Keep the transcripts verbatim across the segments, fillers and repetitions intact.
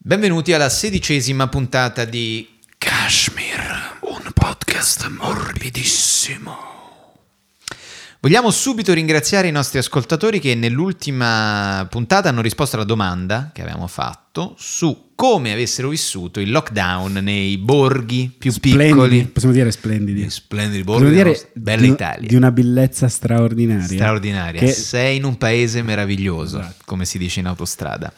Benvenuti alla sedicesima puntata di Kashmir, un podcast morbidissimo. Vogliamo subito ringraziare i nostri ascoltatori che nell'ultima puntata hanno risposto alla domanda che avevamo fatto su come avessero vissuto il lockdown nei borghi più splendidi, piccoli. Possiamo dire splendidi. Splendidi borghi della nostra bella di, Italia. Di una bellezza straordinaria. Straordinaria. Che... Sei in un paese meraviglioso, esatto. Come si dice in autostrada.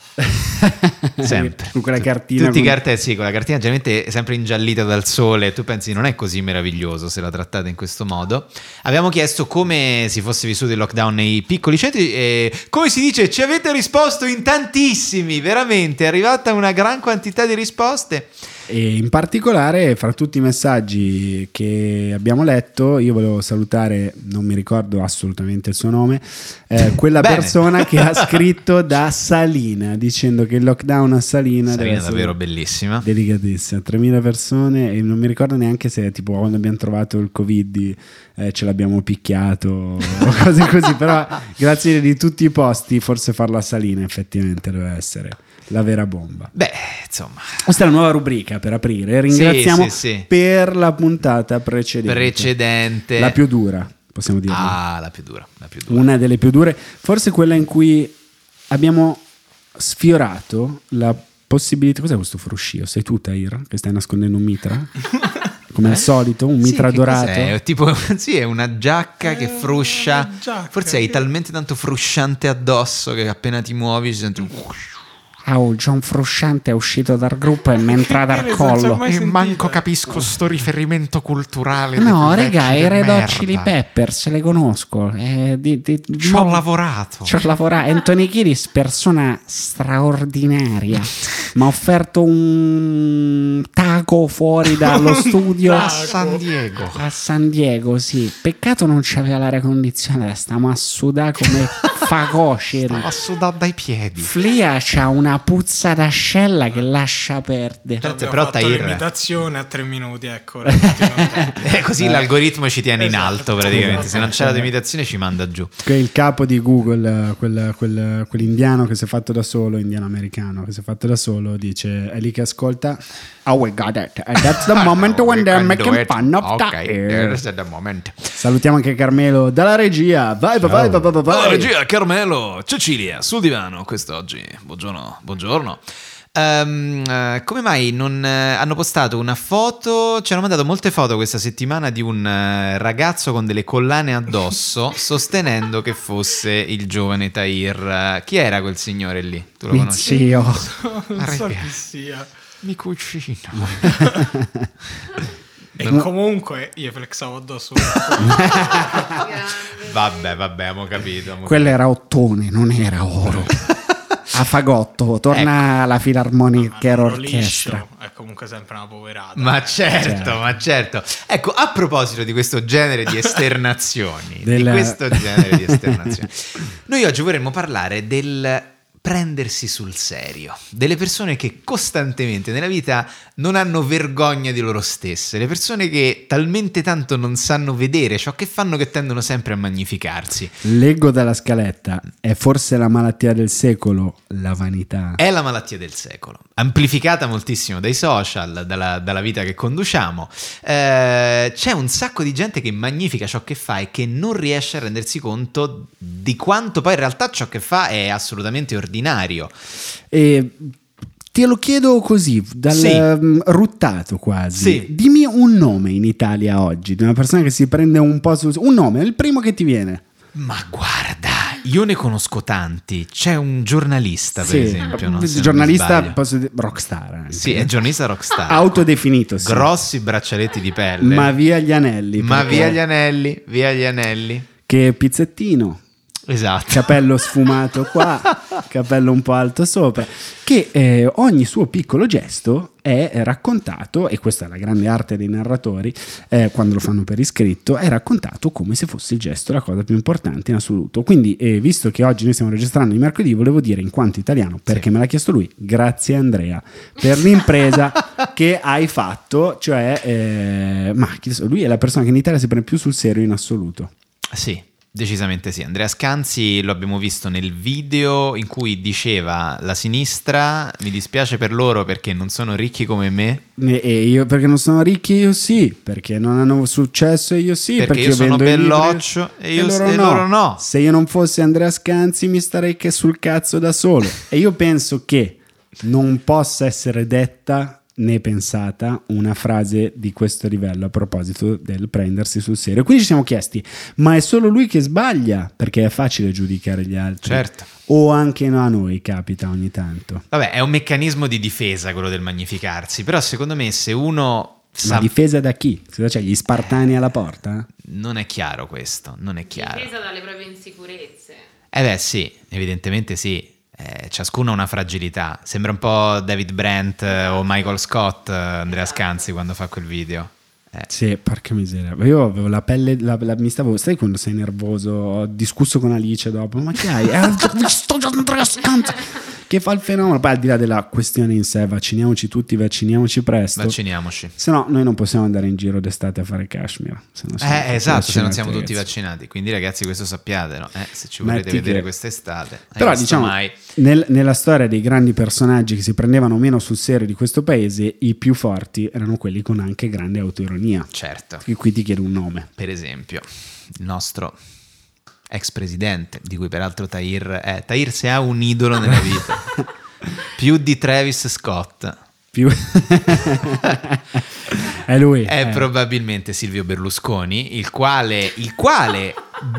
Sempre. Con quella cartina. Tutti i con... cartelli, sì, con la cartina generalmente è sempre ingiallita dal sole. Tu pensi non è così meraviglioso se la trattate in questo modo. Abbiamo chiesto come si fosse vissuto il lockdown nei piccoli centri e come si dice ci avete risposto in tantissimi, veramente è arrivata una gran quantità di risposte. E in particolare fra tutti i messaggi che abbiamo letto io volevo salutare, non mi ricordo assolutamente il suo nome, eh, quella persona che ha scritto da Salina dicendo che il lockdown a Salina, Salina è davvero bellissima, delicatissima, tremila persone e non mi ricordo neanche se tipo quando abbiamo trovato il Covid eh, ce l'abbiamo picchiato o cose così, però grazie di tutti i posti forse farlo a Salina effettivamente deve essere la vera bomba. Beh, insomma, questa è la nuova rubrica per aprire. Ringraziamo sì, sì, sì. per la puntata precedente. Precedente. La più dura, possiamo dire. Ah, la più dura, la più dura. Una delle più dure, forse quella in cui abbiamo sfiorato la possibilità. Cos'è questo fruscio? Sei tu, Tahir, che stai nascondendo un mitra? Come eh? al solito, un mitra sì, dorato. È tipo, sì, è una giacca che fruscia. Giacca, forse hai che... talmente tanto frusciante addosso che appena ti muovi ci senti un... Oh, John Frusciante è uscito dal gruppo e mi è entrato al collo. E manco capisco sto riferimento culturale. No, raga, i Red Hot Chili Peppers le conosco. Eh, di, di, ci ho lavorato. Ci ho lavorato. Anthony Kiedis, persona straordinaria. Mi ha offerto un taco fuori dallo studio a San Diego. A San Diego, sì. Peccato non c'aveva l'aria condizionata. Stiamo a sudare come fagoceri. Stavo a sudare dai piedi. Flia c'ha una puzza d'ascella che lascia perdere. Certo, però però Tahir l'imitazione a tre minuti, ecco. è così eh. l'algoritmo ci tiene esatto. in alto praticamente. Esatto. Se non c'è la tua imitazione ci manda giù. Il capo di Google, quel, quel, quell'indiano che si è fatto da solo, indiano americano che si è fatto da solo, dice, è lì che ascolta. Oh, we got it. And that's the moment when they're making fun of okay, Tahir. there's the moment. Salutiamo anche Carmelo dalla regia. Vai, vai, vai, vai, vai, vai. Dalla regia, Carmelo, Cecilia, sul divano quest'oggi. Buongiorno, buongiorno. Um, uh, come mai non uh, hanno postato una foto? Ci hanno mandato molte foto questa settimana di un uh, ragazzo con delle collane addosso sostenendo che fosse il giovane Tahir. Uh, chi era quel signore lì? Tu lo Mi conosci? zio. Non so chi sia. Mi cucino. E comunque io flexavo addosso. Vabbè, vabbè, abbiamo capito. Abbiamo Quello era ottone, non era oro. A fagotto, torna ecco. alla filarmonica no, orchestra. È comunque sempre una poverata. Ma eh. certo, certo, ma certo. Ecco, a proposito di questo genere di esternazioni, Del... di questo genere di esternazioni, noi oggi vorremmo parlare del prendersi sul serio, delle persone che costantemente nella vita non hanno vergogna di loro stesse, le persone che talmente tanto non sanno vedere ciò che fanno che tendono sempre a magnificarsi. Leggo dalla scaletta, è forse la malattia del secolo, la vanità. È la malattia del secolo, amplificata moltissimo dai social, dalla, dalla vita che conduciamo. Eh, c'è un sacco di gente che magnifica ciò che fa e che non riesce a rendersi conto di quanto poi in realtà ciò che fa è assolutamente ordinario. E te lo chiedo così, dal Sì. um, ruttato quasi. Sì. Dimmi un nome in Italia oggi di una persona che si prende un po' sul... Un nome, il primo che ti viene. Ma guarda, io ne conosco tanti. C'è un giornalista, per Sì. esempio. No? Se non mi Giornalista, sbaglio. posso dire, rockstar. Anche. Sì, è giornalista rockstar. Autodefinito, sì. Grossi braccialetti di pelle. Ma via gli anelli. Ma perché- via gli anelli, via gli anelli. Che pizzettino. Esatto. Capello sfumato qua, capello un po' alto sopra, che eh, ogni suo piccolo gesto è raccontato, e questa è la grande arte dei narratori, eh, quando lo fanno per iscritto, è raccontato come se fosse il gesto la cosa più importante in assoluto. Quindi, eh, visto che oggi noi stiamo registrando di mercoledì, volevo dire in quanto italiano, perché sì. me l'ha chiesto lui, grazie Andrea, per l'impresa che hai fatto, cioè, eh, ma lui è la persona che in Italia si prende più sul serio in assoluto. Sì. Decisamente sì. Andrea Scanzi lo abbiamo visto nel video in cui diceva la sinistra mi dispiace per loro perché non sono ricchi come me. E io perché non sono ricchi io sì, perché non hanno successo io sì, perché, perché io sono vendo i libri belloccio e, io, e, loro, e no. loro no. Se io non fossi Andrea Scanzi mi starei che sul cazzo da solo. E io penso che non possa essere detta né pensata una frase di questo livello a proposito del prendersi sul serio. Quindi ci siamo chiesti, ma è solo lui che sbaglia? Perché è facile giudicare gli altri. Certo. O anche a noi capita ogni tanto. Vabbè, è un meccanismo di difesa quello del magnificarsi, però secondo me se uno sa... Ma difesa da chi? Cioè, gli spartani alla porta? Non è chiaro questo, non è chiaro. Difesa dalle proprie insicurezze. Eh beh sì, evidentemente sì. Eh, ciascuno ha una fragilità. Sembra un po' David Brent eh, o Michael Scott, eh, Andrea Scanzi quando fa quel video. Eh. Sì, porca miseria. Io avevo la pelle, la, la, mi stavo, sai quando sei nervoso? Ho discusso con Alice dopo, ma che hai? Eh, sto già Andrea Scanzi che fa il fenomeno. Poi al di là della questione in sé, vacciniamoci tutti, vacciniamoci presto. Vacciniamoci. Se no noi non possiamo andare in giro d'estate a fare cashmere. Se non siamo Eh, esatto, se non siamo ragazzi. tutti vaccinati. Quindi ragazzi, questo sappiatelo, eh, se ci volete Metti vedere che- quest'estate. hai Però visto diciamo, mai? nel- nella storia dei grandi personaggi che si prendevano meno sul serio di questo paese, i più forti erano quelli con anche grande autoironia. Certo. E qui ti chiedo un nome. Per esempio, il nostro ex presidente, di cui peraltro Tahir è. Tahir se ha un idolo nella vita, più di Travis Scott, Più... è lui. è eh. probabilmente Silvio Berlusconi, il quale, il quale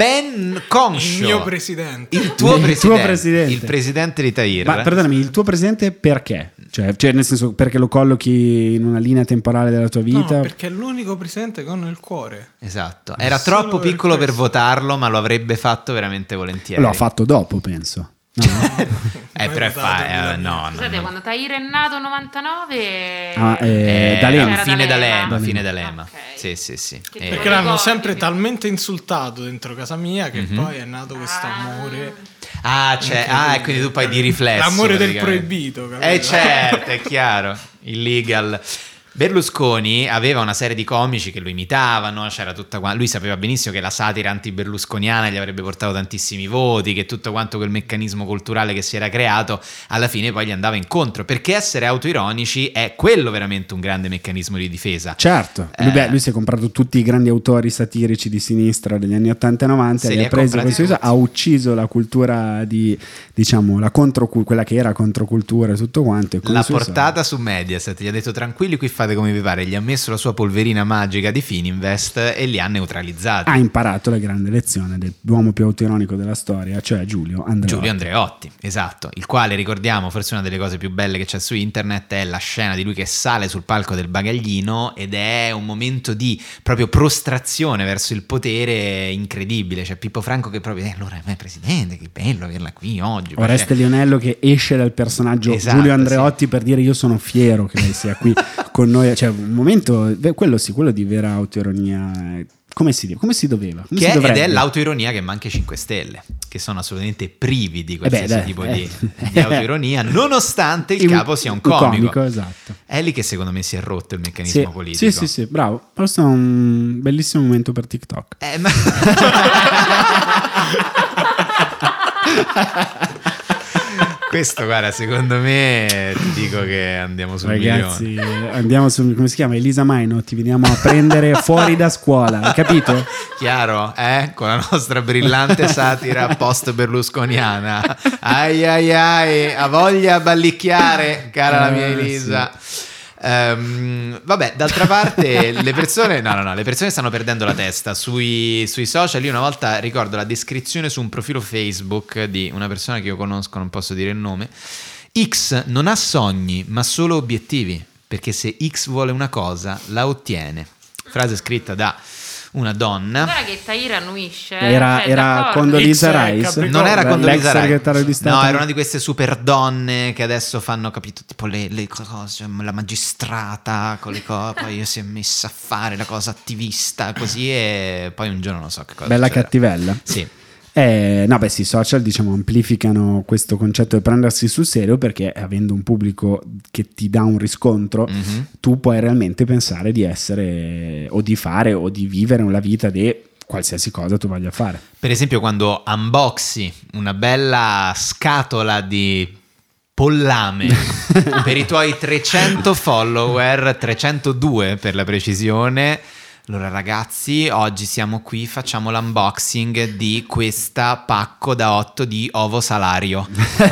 ben conscio, Il mio presidente. il tuo, Il presidente, tuo presidente. il presidente di Tahir. Ma perdonami, il tuo presidente perché? Cioè, cioè, nel senso, perché lo collochi in una linea temporale della tua No, vita? perché è l'unico presidente che ho nel cuore. Esatto, era Solo troppo per piccolo per questo. votarlo, ma lo avrebbe fatto veramente volentieri. Lo ha fatto dopo, penso. No? Eh, però è fa- eh, no, no, Scusate, no. quando Tahir è nato novantanove... Ah, eh, Eh, D'Alema. Era fine D'Alema. D'Alema, D'Alema. fine D'Alema. Ok. Sì, sì, sì. Che Eh, te Perché lo l'hanno ricordi, sempre però. talmente insultato dentro casa mia che Mhm. poi è nato questo amore. Ah, c'è, ah, e quindi tu poi di riflesso. L'amore del praticamente. proibito, capito? Eh certo, è chiaro, illegal. Berlusconi aveva una serie di comici che lo imitavano, c'era tutta qua- lui sapeva benissimo che la satira anti-berlusconiana gli avrebbe portato tantissimi voti, che tutto quanto quel meccanismo culturale che si era creato alla fine poi gli andava incontro, perché essere autoironici è quello veramente un grande meccanismo di difesa. Certo, Eh. lui, beh, lui si è comprato tutti i grandi autori satirici di sinistra degli anni ottanta e novanta, Se li li ha ha presi comprati questi- tutti. ha ucciso la cultura di, diciamo, la controcu- quella che era controcultura e tutto quanto. E con L'ha i suoi portata su Mediaset, gli ha detto tranquilli, qui fate come vi pare, gli ha messo la sua polverina magica di Fininvest e li ha neutralizzati. soldi ha imparato la grande lezione dell'uomo più autoironico della storia, cioè Giulio Andreotti. Giulio Andreotti, esatto, il quale ricordiamo, forse una delle cose più belle che c'è su internet è la scena di lui che sale sul palco del bagaglino ed è un momento di proprio prostrazione verso il potere incredibile. C'è Pippo Franco che proprio, eh, allora è presidente, che bello averla qui oggi. Poi Oreste c'è- Lionello che esce dal personaggio Esatto, Giulio Andreotti per dire io sono fiero che lei sia qui con noi, cioè un momento, beh, quello sì, quello di vera autoironia, eh, come si, come si doveva, come Che si è, ed dovrebbe. è l'autoironia che manca ai cinque Stelle, che sono assolutamente privi di Eh beh, qualsiasi dai, tipo eh. di, di autoironia, nonostante il Un- capo sia un comico. esatto. È lì che secondo me si è rotto il meccanismo Sì, politico. sì, sì, sì, bravo. Questo è un bellissimo momento per TikTok. Eh, ma... Questo, guarda, secondo me ti dico che andiamo sul Ragazzi, milione. andiamo su, come si chiama? Elisa Maino, ti veniamo a prendere fuori da scuola, hai capito? Chiaro, eh? Con la nostra brillante satira post-berlusconiana. Ai ai ai, ha voglia ballicchiare, cara la mia Eh, Elisa. Ehm, vabbè, d'altra parte le persone no no no le persone stanno perdendo la testa sui, sui social. Io una volta ricordo la descrizione su un profilo Facebook di una persona che io conosco, non posso dire il nome. X non ha sogni ma solo obiettivi, perché se X vuole una cosa la ottiene. Frase scritta da una donna. Guarda che Tahir annuisce. Era, cioè, era d'accordo. Condoleezza X è Rice? Capricorno. Non era L'ex Condoleezza Rice. segretario di Stato? No, era una di queste super donne che adesso fanno, capito, tipo le, le cose, la magistrata con le cose, poi si è messa a fare la cosa attivista così e poi un giorno non so che cosa Bella succederà. cattivella. Sì. Eh, no, beh, sì, i social diciamo amplificano questo concetto di prendersi sul serio, perché avendo un pubblico che ti dà un riscontro, Mhm. tu puoi realmente pensare di essere o di fare o di vivere una vita di qualsiasi cosa tu voglia fare. Per esempio quando unboxi una bella scatola di pollame per i tuoi trecento follower, trecentodue per la precisione. Allora ragazzi, oggi siamo qui, facciamo l'unboxing di questa pacco da otto di ovo salario.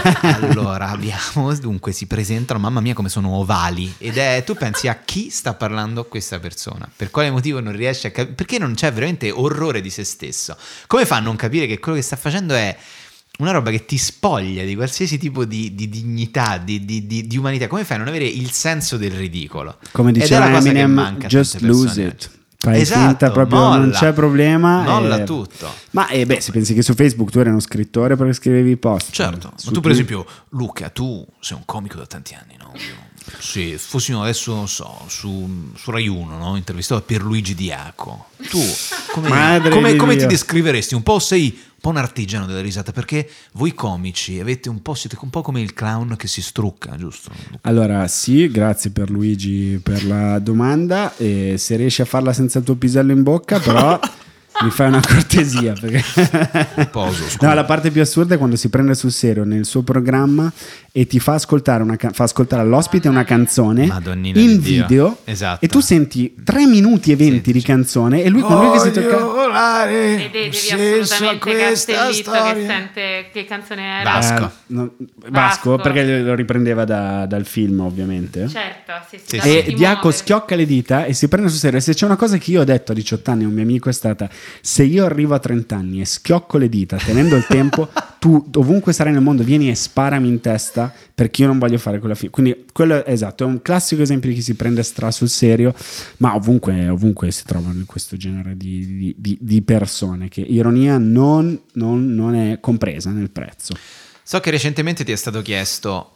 Allora abbiamo, dunque si presentano, mamma mia come sono ovali, ed è, tu pensi a chi sta parlando questa persona, per quale motivo non riesce a capire, perché non c'è veramente orrore di se stesso, come fa a non capire che quello che sta facendo è una roba che ti spoglia di qualsiasi tipo di, di dignità, di, di, di, di umanità, come fai a non avere il senso del ridicolo? Come Ed è diceva la cosa che Eminem, manca a just tante lose persone it. oggi. Fai Esatto, finta proprio, molla, non c'è problema. molla e- tutto. Ma eh, beh, se pensi che su Facebook tu eri uno scrittore perché scrivevi i post. Certo, Su ma tu per Twitter- esempio, Luca, tu sei un comico da tanti anni, no? Io, se fossimo adesso, non so, su, su Rai uno, no? Intervistato a Pierluigi Diaco, tu come, Madre come, di come ti Dio. descriveresti? Un po' sei un po' un artigiano della risata, perché voi comici avete un po', siete un po' come il clown che si strucca, giusto? Allora, sì, grazie per Luigi per la domanda. E se riesci a farla senza il tuo pisello in bocca, però mi fai una cortesia. Perché... Poso, scusa. No, la parte più assurda è quando si prende sul serio nel suo programma e ti fa ascoltare, una ca- fa ascoltare all'ospite una canzone Madonnina in di Dio. video. Esatto. E tu senti tre minuti e venti Sì, di sì. canzone e lui con lui che si tocca. Vedetevi assolutamente Castellitto che sente che canzone era. Vasco. Eh, no, Vasco, Vasco. perché lo riprendeva da- dal film, ovviamente. Certo, sì, sì, Sì, da sì. E tutti i Diaco muovere. schiocca le dita e si prende sul serio. E se c'è una cosa che io ho detto a diciotto anni a un mio amico è stata: se io arrivo a trenta anni e schiocco le dita tenendo il tempo, tu ovunque sarai nel mondo vieni e sparami in testa, perché io non voglio fare quella fine. Quindi quello è esatto, è un classico esempio di chi si prende stra sul serio, ma ovunque, ovunque si trovano questo genere di, di- di- di persone che ironia non, non- non è compresa nel prezzo. So che recentemente ti è stato chiesto: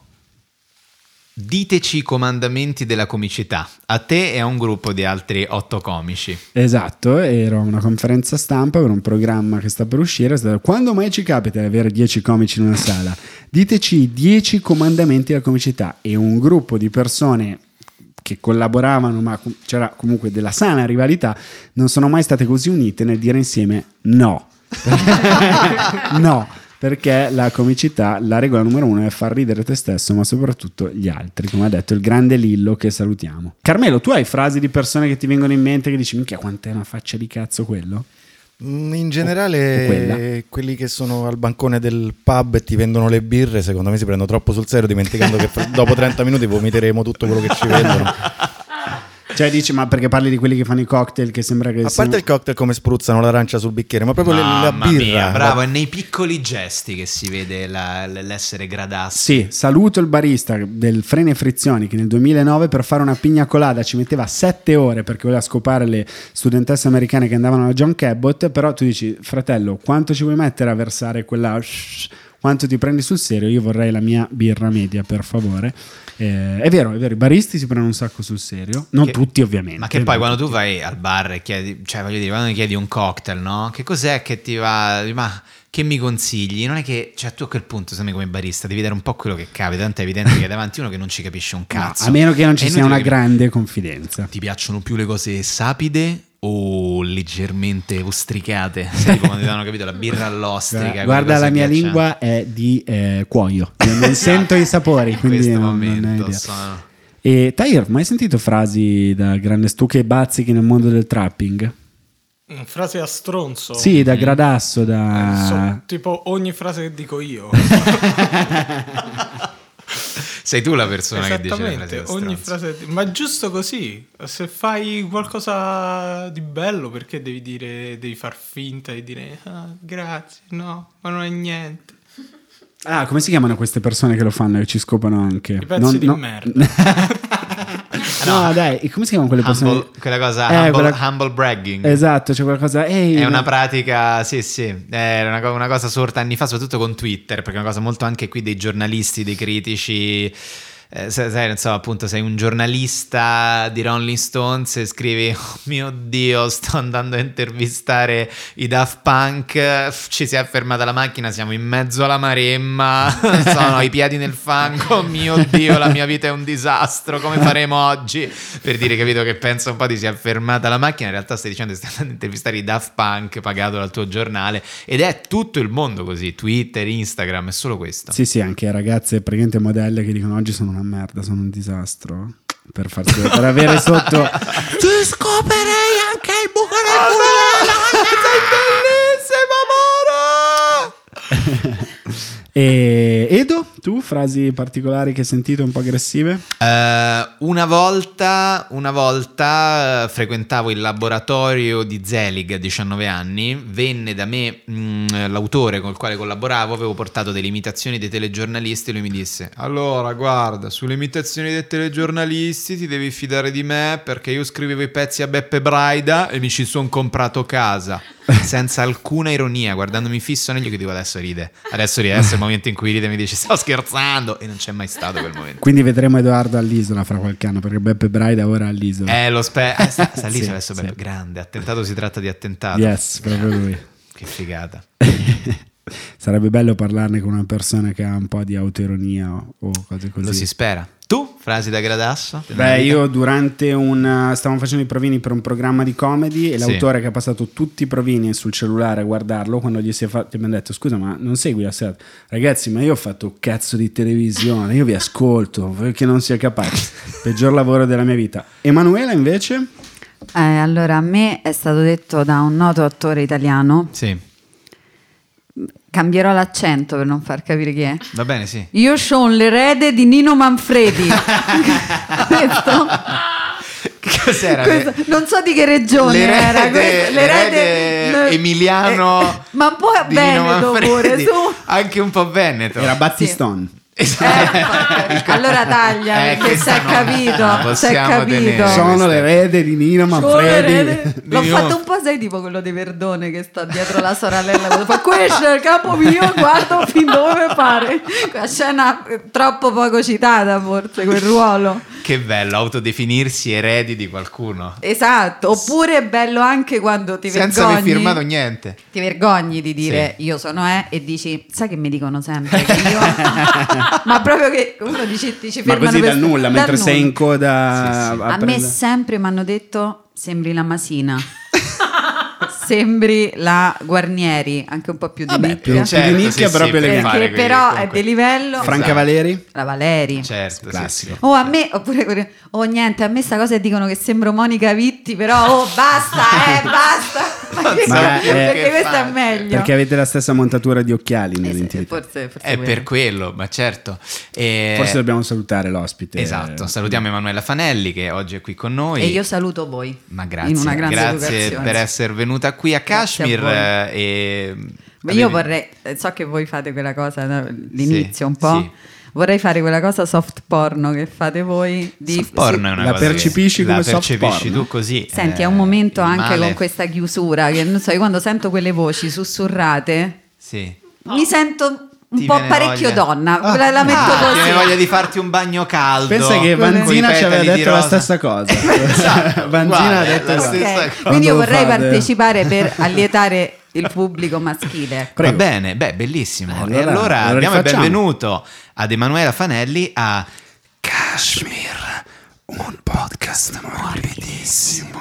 diteci i comandamenti della comicità, a te e a un gruppo di altri otto comici. Esatto, ero a una conferenza stampa per un programma che sta per uscire. È stato, quando mai ci capita di avere dieci comici in una sala? Diteci i dieci comandamenti della comicità. E un gruppo di persone che collaboravano, ma com- c'era comunque della sana rivalità, non sono mai state così unite nel dire insieme no. No, perché la comicità, la regola numero uno è far ridere te stesso, ma soprattutto gli altri, come ha detto il grande Lillo, che salutiamo. Carmelo, tu hai frasi di persone che ti vengono in mente che dici minchia quant'è una faccia di cazzo quello? Mm, In O generale, quella. quelli che sono al bancone del pub e ti vendono le birre, secondo me si prendono troppo sul serio, dimenticando che fra- dopo trenta minuti vomiteremo tutto quello che ci vendono. Cioè dici, ma perché parli di quelli che fanno i cocktail che sembra che A siano- parte il cocktail, come spruzzano l'arancia sul bicchiere, ma proprio le- la Mamma birra. mia, bravo, la- è nei piccoli gesti che si vede la- l'essere gradassi. Sì, saluto il barista del Freni e Frizioni che nel duemilanove per fare una pigna colada ci metteva sette ore perché voleva scopare le studentesse americane che andavano alla John Cabot. Però tu dici, fratello, quanto ci vuoi mettere a versare quella... quanto ti prendi sul serio? Io vorrei la mia birra media, per favore. Eh, è vero, è vero, i baristi si prendono un sacco sul serio, non Che- tutti ovviamente. Ma che poi non quando tu tutti. vai al bar e chiedi, cioè voglio dire, quando chiedi un cocktail, no? Che cos'è che ti va, ma che mi consigli? Non è che, cioè tu a quel punto, se come barista, devi dare un po' quello che capita, tanto è evidente che hai davanti uno che non ci capisce un No, cazzo. a meno che non ci È sia inutile una che- grande confidenza. Ti piacciono più le cose sapide o leggermente ostricate? Se tipo quando ti danno, capito, la birra all'ostrica. quelle Guarda, cose la mia ghiaccianti. lingua è di eh, cuoio. Io non sento i sapori, In quindi questo non, non ho momento idea. sono... E Tahir, mai sentito frasi da grande stucche e bazzichi nel mondo del trapping? Mm, Frase a stronzo. Sì, da gradasso, Eh, da... so- tipo ogni frase che dico io. Sei tu la persona che dice le frasi Esattamente, da ogni stronzo. frase. Ma giusto così. Se fai qualcosa di bello, perché devi dire, devi far finta di dire ah, grazie, no, ma non è niente. Ah, come si chiamano queste persone che lo fanno e ci scopano anche? I pezzi Non- di no- merda. no, dai, e come si chiamano quelle persone? Humble, quella cosa, Eh, humble, quella- humble bragging. Esatto, c'è qualcosa... Ehi, È una no- pratica, sì, sì, è una, co- una cosa sorta anni fa, soprattutto con Twitter, perché è una cosa molto anche qui dei giornalisti, dei critici, eh, sai, sai, non so, appunto sei un giornalista di Rolling Stones e scrivi oh mio Dio, sto andando a intervistare i Daft Punk, ci si è fermata la macchina, siamo in mezzo alla Maremma, sono i piedi nel fango, mio Dio, la mia vita è un disastro, come faremo oggi? Per dire, capito, che pensa un po' ti si è fermata la macchina, in realtà stai dicendo che stai andando a intervistare i Daft Punk pagato dal tuo giornale, ed è tutto il mondo così, Twitter, Instagram, è solo questo. Sì, sì, anche ragazze, praticamente modelle che dicono oggi sono una merda, sono un disastro. Per farsi, per avere sotto ti scoperei anche il buco nel culo. Sei bellissima, amore. E Edo, tu frasi particolari che hai sentito un po' aggressive? Uh, una volta, una volta uh, frequentavo il laboratorio di Zelig a diciannove anni, venne da me mh, l'autore con il quale collaboravo, avevo portato delle imitazioni dei telegiornalisti e lui mi disse: allora guarda, sulle imitazioni dei telegiornalisti ti devi fidare di me perché io scrivevo i pezzi a Beppe Braida e mi ci sono comprato casa. Senza alcuna ironia, guardandomi fisso negli occhi, dico adesso ride, adesso ride, adesso è il momento in cui ride e mi dice sto scherzando, e non c'è mai stato quel momento. Quindi vedremo Edoardo all'Isola fra qualche anno, perché Beppe Braida ora è all'Isola. Eh lo spe- eh, sta, sta all'Isola Sì, adesso, sì. Beppe, grande, attentato si tratta di attentato. Yes, proprio lui. Che figata. Sarebbe bello parlarne con una persona che ha un po' di autoironia o, o cose così. Lo si spera. Tu, frasi da gradasso? Beh, io durante un stavamo facendo i provini per un programma di comedy e Sì. l'autore che ha passato tutti i provini sul cellulare a guardarlo, quando gli si è fatto, mi ha detto scusa ma non segui la serata? Ragazzi, ma io ho fatto un cazzo di televisione, io vi ascolto, voi che non sia capace. Peggior lavoro della mia vita. Emanuela invece? Eh, allora, a me è stato detto da un noto attore italiano, Sì, cambierò l'accento per non far capire chi è. va bene, sì. Io sono l'erede di Nino Manfredi. Questo? Cos'era? Questo- non so di che regione L'erede- era questo, l'erede emiliano eh, ma un po' a di Nino Veneto Manfredi. pure su. Anche un po' Veneto. Era Battiston. Eh, allora taglia, Eh, perché si questa è no, capito, non si è possiamo capito. tenere. Sono questa- l'erede di Nino Sono Manfredi. l'erede- L'ho Di fatto nuovo. un po', sai, tipo quello di Verdone che sta dietro la sorella quando fa questo è il capo mio, guardo fin dove mi pare. Quella scena eh, troppo poco citata, forse, quel ruolo. Che bello, autodefinirsi eredi di qualcuno. Esatto, oppure è bello anche quando ti Senza vergogni. aver firmato niente. Ti vergogni di dire Sì. io sono E e dici sai che mi dicono sempre che io ma proprio che uno dici, ti ci Ma fermano così per- dal nulla, dal mentre sei nulla. in coda Sì, sì. a, A me prendere- sempre mi hanno detto sembri la Masina. Sembri la Guarnieri, anche un po' più di Vabbè, nicchia. più- più di nicchia, sì, sì, proprio per elegante. fare Perché quei- però comunque- è di livello. Franca Esatto. Valeri? La Valeri. Certo, Classico. sì, sì. Oh, a me, oppure quelle- oh niente, a me sta cosa dicono che sembro Monica Vitti, però oh basta, eh, basta. Ma che- Ma, eh, perché che questo è fate? meglio. Perché avete la stessa montatura di occhiali Eh sì, nell'intimità. forse, forse È quello. per quello, ma certo. E- Forse dobbiamo salutare l'ospite. Esatto, salutiamo Emanuela Fanelli che oggi è qui con noi. E io saluto voi. Ma grazie, In una grande grazie educazione. per essere venuta qui a Grazie a Kashmir. voi. eh, e Ma io avevi- vorrei, eh, so che voi fate quella cosa no, l'inizio Sì, un po'. sì. Vorrei fare quella cosa soft porno che fate voi. Di, Soft porno è una La cosa che- percepisci come la soft percepisci porno? tu così. Senti, eh, è un momento il anche male- con questa chiusura. Che non so, io quando sento quelle voci sussurrate, Sì. mi sento un Ti po' viene parecchio voglia- donna. la, la metto Ah, così. ti viene voglia di farti un bagno caldo. Pensa che con i Vanzina ci aveva petali di detto la rosa. stessa cosa. Esatto, Vanzina uguale, ha detto la uguale. stessa Ok, cosa. quindi io Quando vorrei fate- partecipare per allietare il pubblico maschile. Prego. Va bene, beh, bellissimo. Eh, e allora- allora allora diamo il rifacciamo. benvenuto ad Emanuela Fanelli a Kashmir, un podcast morbidissimo.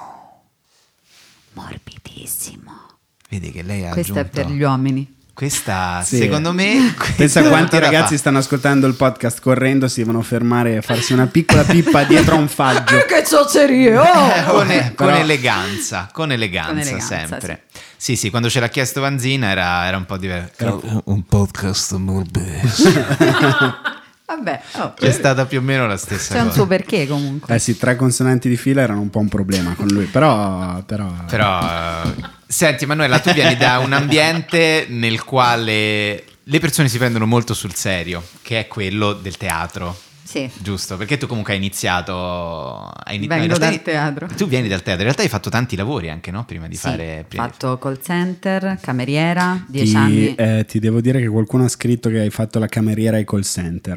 Morbidissimo. Vedi che lei ha Questo è aggiunto... per gli uomini. Questa, Sì. secondo me... Pensa questa quanti è una ragazzi da stanno ascoltando il podcast correndo, si devono fermare e farsi una piccola pippa dietro a un faggio. Che zozzerie! Oh! fa. con, e- con Però- eleganza, con eleganza, Con eleganza, sempre. Sì. sì, quando ce l'ha chiesto Vanzina era, era un po' diverso. Un podcast morbidissimo. Vabbè, oh, C'è stata più o meno la stessa c'è un cosa. suo perché comunque. Eh sì, tre consonanti di fila erano un po' un problema con lui, però... però... Però, eh, senti Emanuela, tu vieni da un ambiente nel quale le persone si prendono molto sul serio, che è quello del teatro. Sì. Giusto, perché tu comunque hai iniziato... Hai ini- no, in Vengo realtà- dal teatro. Tu vieni dal teatro, in realtà hai fatto tanti lavori anche, no? Prima di Sì, fare... ho prima di- fatto call center, cameriera, dieci Ti, anni. eh, ti devo dire che qualcuno ha scritto che hai fatto la cameriera ai call center.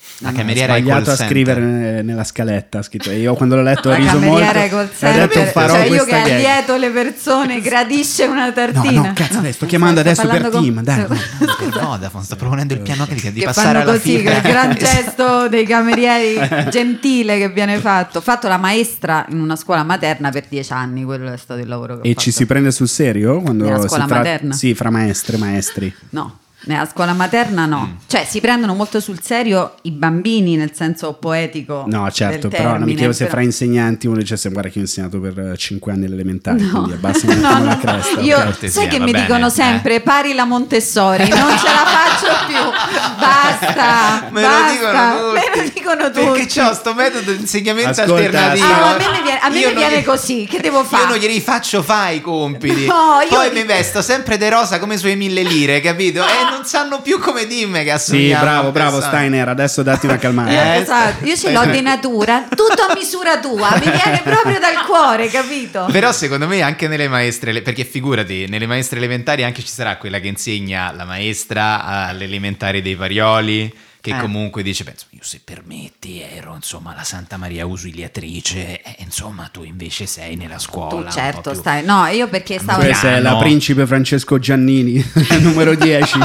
La No, cameriera ha ai sbagliato call a center. scrivere ne- nella scaletta, ha scritto, e io quando l'ho letto ho La riso molto. cameriera col ho detto center, farò cioè io che questa gag. allieto le persone, gradisce una No, tartina. no, cazzo, dai, sto non chiamando so, sto adesso per parlando team, dai, no. Per Vodafone, sto proponendo il piano che, di che passare fanno alla così, fibra. quel gran gesto dei camerieri gentile che viene fatto. Ho fatto la maestra in una scuola materna per dieci anni, quello è stato il lavoro che ho E fatto. ci si prende sul serio quando Nella si scuola tra- materna? Sì, fra maestre e maestri. No, nella scuola materna no. Mm. Cioè si prendono molto sul serio i bambini nel senso poetico. No, certo, del però non mi termine, chiedo se però- fra insegnanti uno dice, guarda che ho insegnato per cinque anni all'elementari, No. quindi abbassa un No, attimo no. la cresta. Io, ok? Cortesia, sai che va mi bene, dicono eh. sempre pari la Montessori, non ce la faccio più, basta, Me lo basta. dicono tutti. Me lo dicono tutti. Perché c'ho sto metodo di insegnamento Ascolta, alternativo. Ah, a me mi viene, a me Io mi non viene gli- così, che devo Io fare? non glieli faccio fare i compiti. No, io Poi li- mi vesto sempre de rosa come sulle mille lire, capito? E non sanno più come dirmi che Sì, assomigliamo bravo, a bravo persone. Steiner, adesso datti una calmata. Io, Eh, esatto, io ce l'ho di natura, tutto a misura tua, mi viene proprio dal cuore, capito? Però secondo me anche nelle maestre, le- perché figurati, nelle maestre elementari anche ci sarà quella che insegna la maestra all'elementare dei Parioli, che Eh. comunque dice, penso, io se permetti ero insomma la Santa Maria Ausiliatrice, e insomma tu invece sei nella scuola. Tu un po' certo più- stai, no, io perché stavo Questa è la no. principe Francesco Giannini, numero dieci.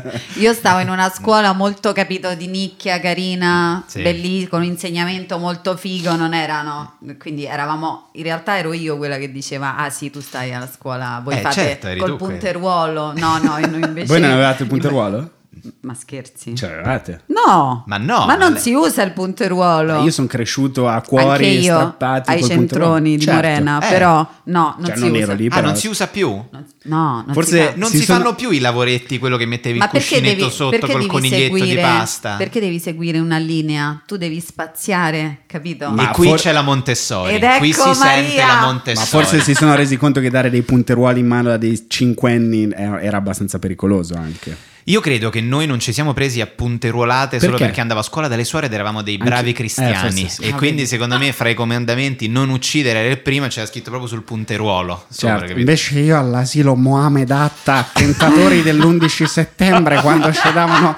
Io stavo in una scuola molto, capito, di nicchia, carina, Sì. bellissima, con un insegnamento molto figo, non erano, quindi eravamo, in realtà ero io quella che diceva, ah sì, tu stai alla scuola, voi Eh, fate certo, eri col tu quella. punteruolo, no, no, io invece... Voi non avevate il punteruolo? Ma scherzi? Cioè, avevate? No, Ma no, ma non ma- si usa il punteruolo. Io sono cresciuto a Anche cuori io, strappati ai col centroni punteruolo. di Certo. Morena, Eh. però no, non Cioè, si non usa. ero lì, Ah, però- non si usa più? Non- No, non Forse si fa. Non Si si, sono- fanno più i lavoretti, quello che mettevi Ma il perché cuscinetto devi, sotto perché col devi coniglietto seguire, di pasta. Perché devi seguire una linea? Tu devi spaziare, capito? E Ma qui for- c'è la Montessori, Ed ecco qui si sente Maria. la Ma Montessori. forse si sono resi conto che dare dei punteruoli in mano a dei cinquenni era era abbastanza pericoloso anche. Io credo che noi non ci siamo presi a punteruolate solo Perché? perché andavo a scuola dalle suore ed eravamo dei Anche- bravi eh, cristiani. forse sì. E Ah, quindi vedi. secondo me fra i comandamenti non uccidere era il primo, c'era scritto proprio sul punteruolo. Sopra, Certo, capito? invece io all'asilo Mohamed Atta, attentatori dell'undici settembre, quando ci davano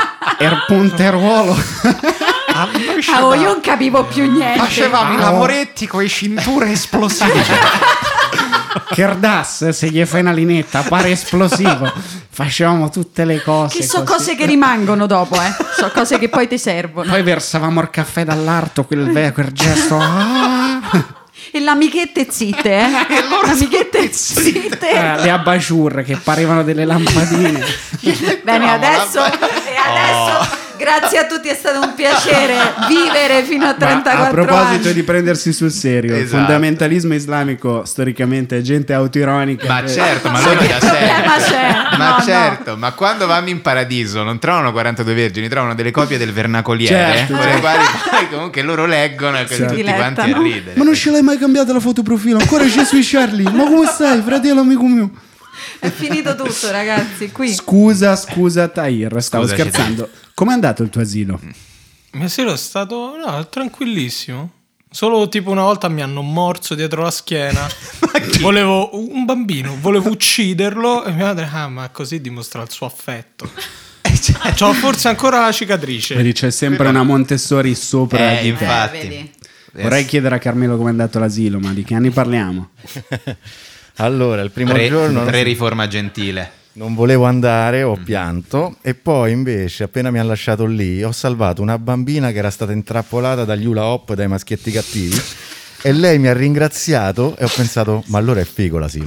il punteruolo. Ah, oh, io non capivo più niente. Facevamo i lavoretti con le cinture esplosive. Kerdas, se gli fai una linetta, pare esplosivo. Facevamo tutte le cose. Che so così. cose che rimangono dopo, eh. So cose che poi ti servono. Poi versavamo il caffè dall'arto, quel, ve- quel gesto. Ah! E l'amichette zitte, eh. L'amichette zitte. Eh, le abajur che parevano delle lampadine. Bene, adesso, e adesso grazie a tutti, è stato un piacere vivere fino a Ma trentaquattro a proposito anni. di prendersi sul serio, il Esatto. fondamentalismo islamico storicamente è gente autoironica. Ma Eh, certo, ma loro da sempre. Ma c'è, Ma no, no. certo, ma quando vanno in paradiso non trovano quarantadue vergini, trovano delle copie del vernacoliere, Certo, con le quali poi comunque loro leggono e Certo. tutti quanti a Dilettano. ridere. Ma non ce l'hai mai cambiata la foto profilo? Ancora ci sui Charlie? Ma come stai, fratello amico mio? È finito tutto, ragazzi, qui. Scusa, scusa Tahir, stavo Scusaci, scherzando. Com'è andato il tuo asilo? Il mio asilo è stato no, tranquillissimo. Solo tipo una volta mi hanno morso dietro la schiena. Volevo un bambino, volevo ucciderlo e mia madre, ah, ma così dimostra il suo affetto. C'ho forse ancora la cicatrice. Vedi, c'è sempre una Montessori sopra Eh, di te. infatti. Eh, vedi. Vorrei chiedere a Carmelo com'è andato l'asilo, ma di che anni parliamo? Allora, il primo Pre, giorno pre-riforma gentile. non volevo andare, ho pianto e poi invece appena mi hanno lasciato lì ho salvato una bambina che era stata intrappolata dagli hula hop, dai maschietti cattivi e lei mi ha ringraziato e ho pensato ma allora è figo l'asilo.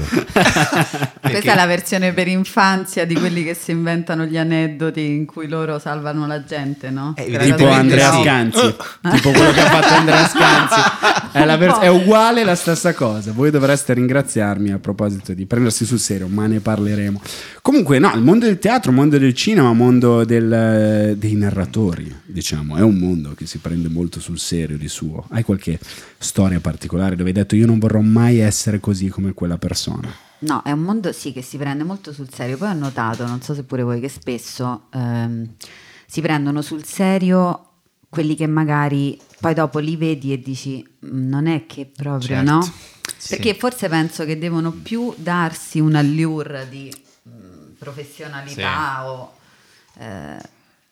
Questa è la versione per infanzia di quelli che si inventano gli aneddoti in cui loro salvano la gente, no? Eh, Era Tipo da- Andrea sì. Scanzi, tipo quello che ha fatto Andrea Scanzi. È, la vers- è uguale la stessa cosa. Voi dovreste ringraziarmi a proposito di prendersi sul serio, ma ne parleremo. Comunque, no, il mondo del teatro, il mondo del cinema, il mondo del- dei narratori, diciamo, è un mondo che si prende molto sul serio di suo. Hai qualche storia particolare dove hai detto io non vorrò mai essere così come quella persona? No, è un mondo sì che si prende molto sul serio. Poi ho notato, non so se pure voi, che spesso ehm, si prendono sul serio quelli che magari poi dopo li vedi e dici "Mm, non è che proprio, Certo. no?" Sì. Perché forse penso che devono più darsi un allure di mm, professionalità o eh,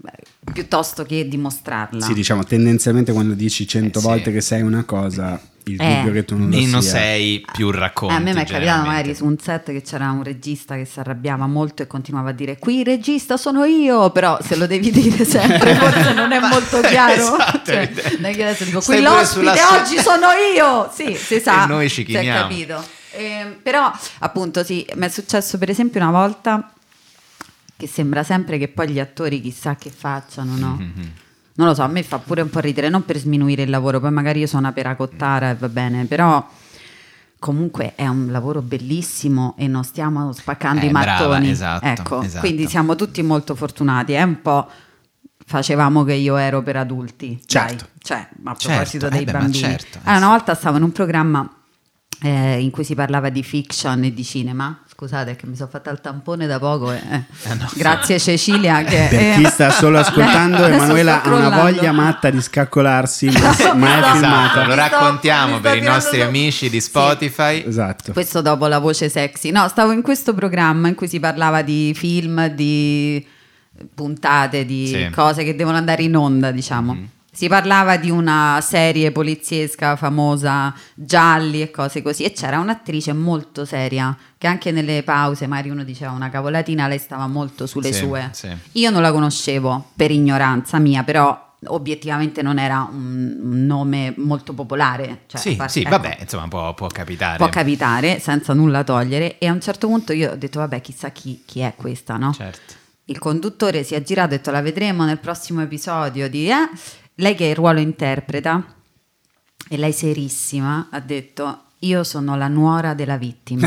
beh, piuttosto che dimostrarla. Sì, diciamo, tendenzialmente quando dici cento Eh, sì. volte che sei una cosa, il Eh. dubbio che tu non lo Meno sia. sei, più racconti. Eh, a me mi è capitato generalmente. magari su un set che c'era un regista che si arrabbiava molto e continuava a dire qui regista sono io, però se lo devi dire sempre forse non è molto chiaro. Esatto, Cioè, evidente. non è che adesso dico Stai qui pure l'ospite sulla sua- oggi sono io, sì, si sa, E noi ci si è chiniamo. capito. Eh, però appunto sì, mi è successo per esempio una volta che sembra sempre che poi gli attori chissà che facciano, no? Mm-hmm. Non lo so, a me fa pure un po' ridere, non per sminuire il lavoro, poi magari io sono una peracottara e va bene, però comunque è un lavoro bellissimo e non stiamo spaccando Eh, i mattoni. brava, esatto, ecco, esatto. quindi siamo tutti molto fortunati, è un po' facevamo che io ero per adulti, Certo. dai. Cioè, a Certo, proposito eh dei beh, ma bambini. certo, eh Ah, una sì. volta stavo in un programma eh, in cui si parlava di fiction e di cinema. Scusate che mi sono fatta il tampone da poco. e- eh. Eh, no. Grazie Cecilia. Che, Per eh, chi sta solo ascoltando, adesso Emanuela sto ha una crollando. voglia matta di scaccolarsi, ma, ma è Esatto, filmata. lo Mi sto- raccontiamo mi sto per i tirando nostri su- amici di Sì. Spotify. Esatto. Questo dopo la voce sexy. No, stavo in questo programma in cui si parlava di film, di puntate, di Sì. cose che devono andare in onda, diciamo. Mm-hmm. Si parlava di una serie poliziesca famosa, gialli e cose così, e c'era un'attrice molto seria che anche nelle pause, magari uno diceva una cavolatina, lei stava molto sulle Sì, sue. sì. Io non la conoscevo per ignoranza mia, però obiettivamente non era un, un nome molto popolare. Cioè, Sì, a parte- sì, ecco. vabbè, insomma, può, può capitare. Può capitare senza nulla togliere, e a un certo punto io ho detto vabbè chissà chi, chi è questa, no? Certo. Il conduttore si è girato e ha detto la vedremo nel prossimo episodio di eh? Lei che il ruolo interpreta, e lei serissima ha detto io sono la nuora della vittima.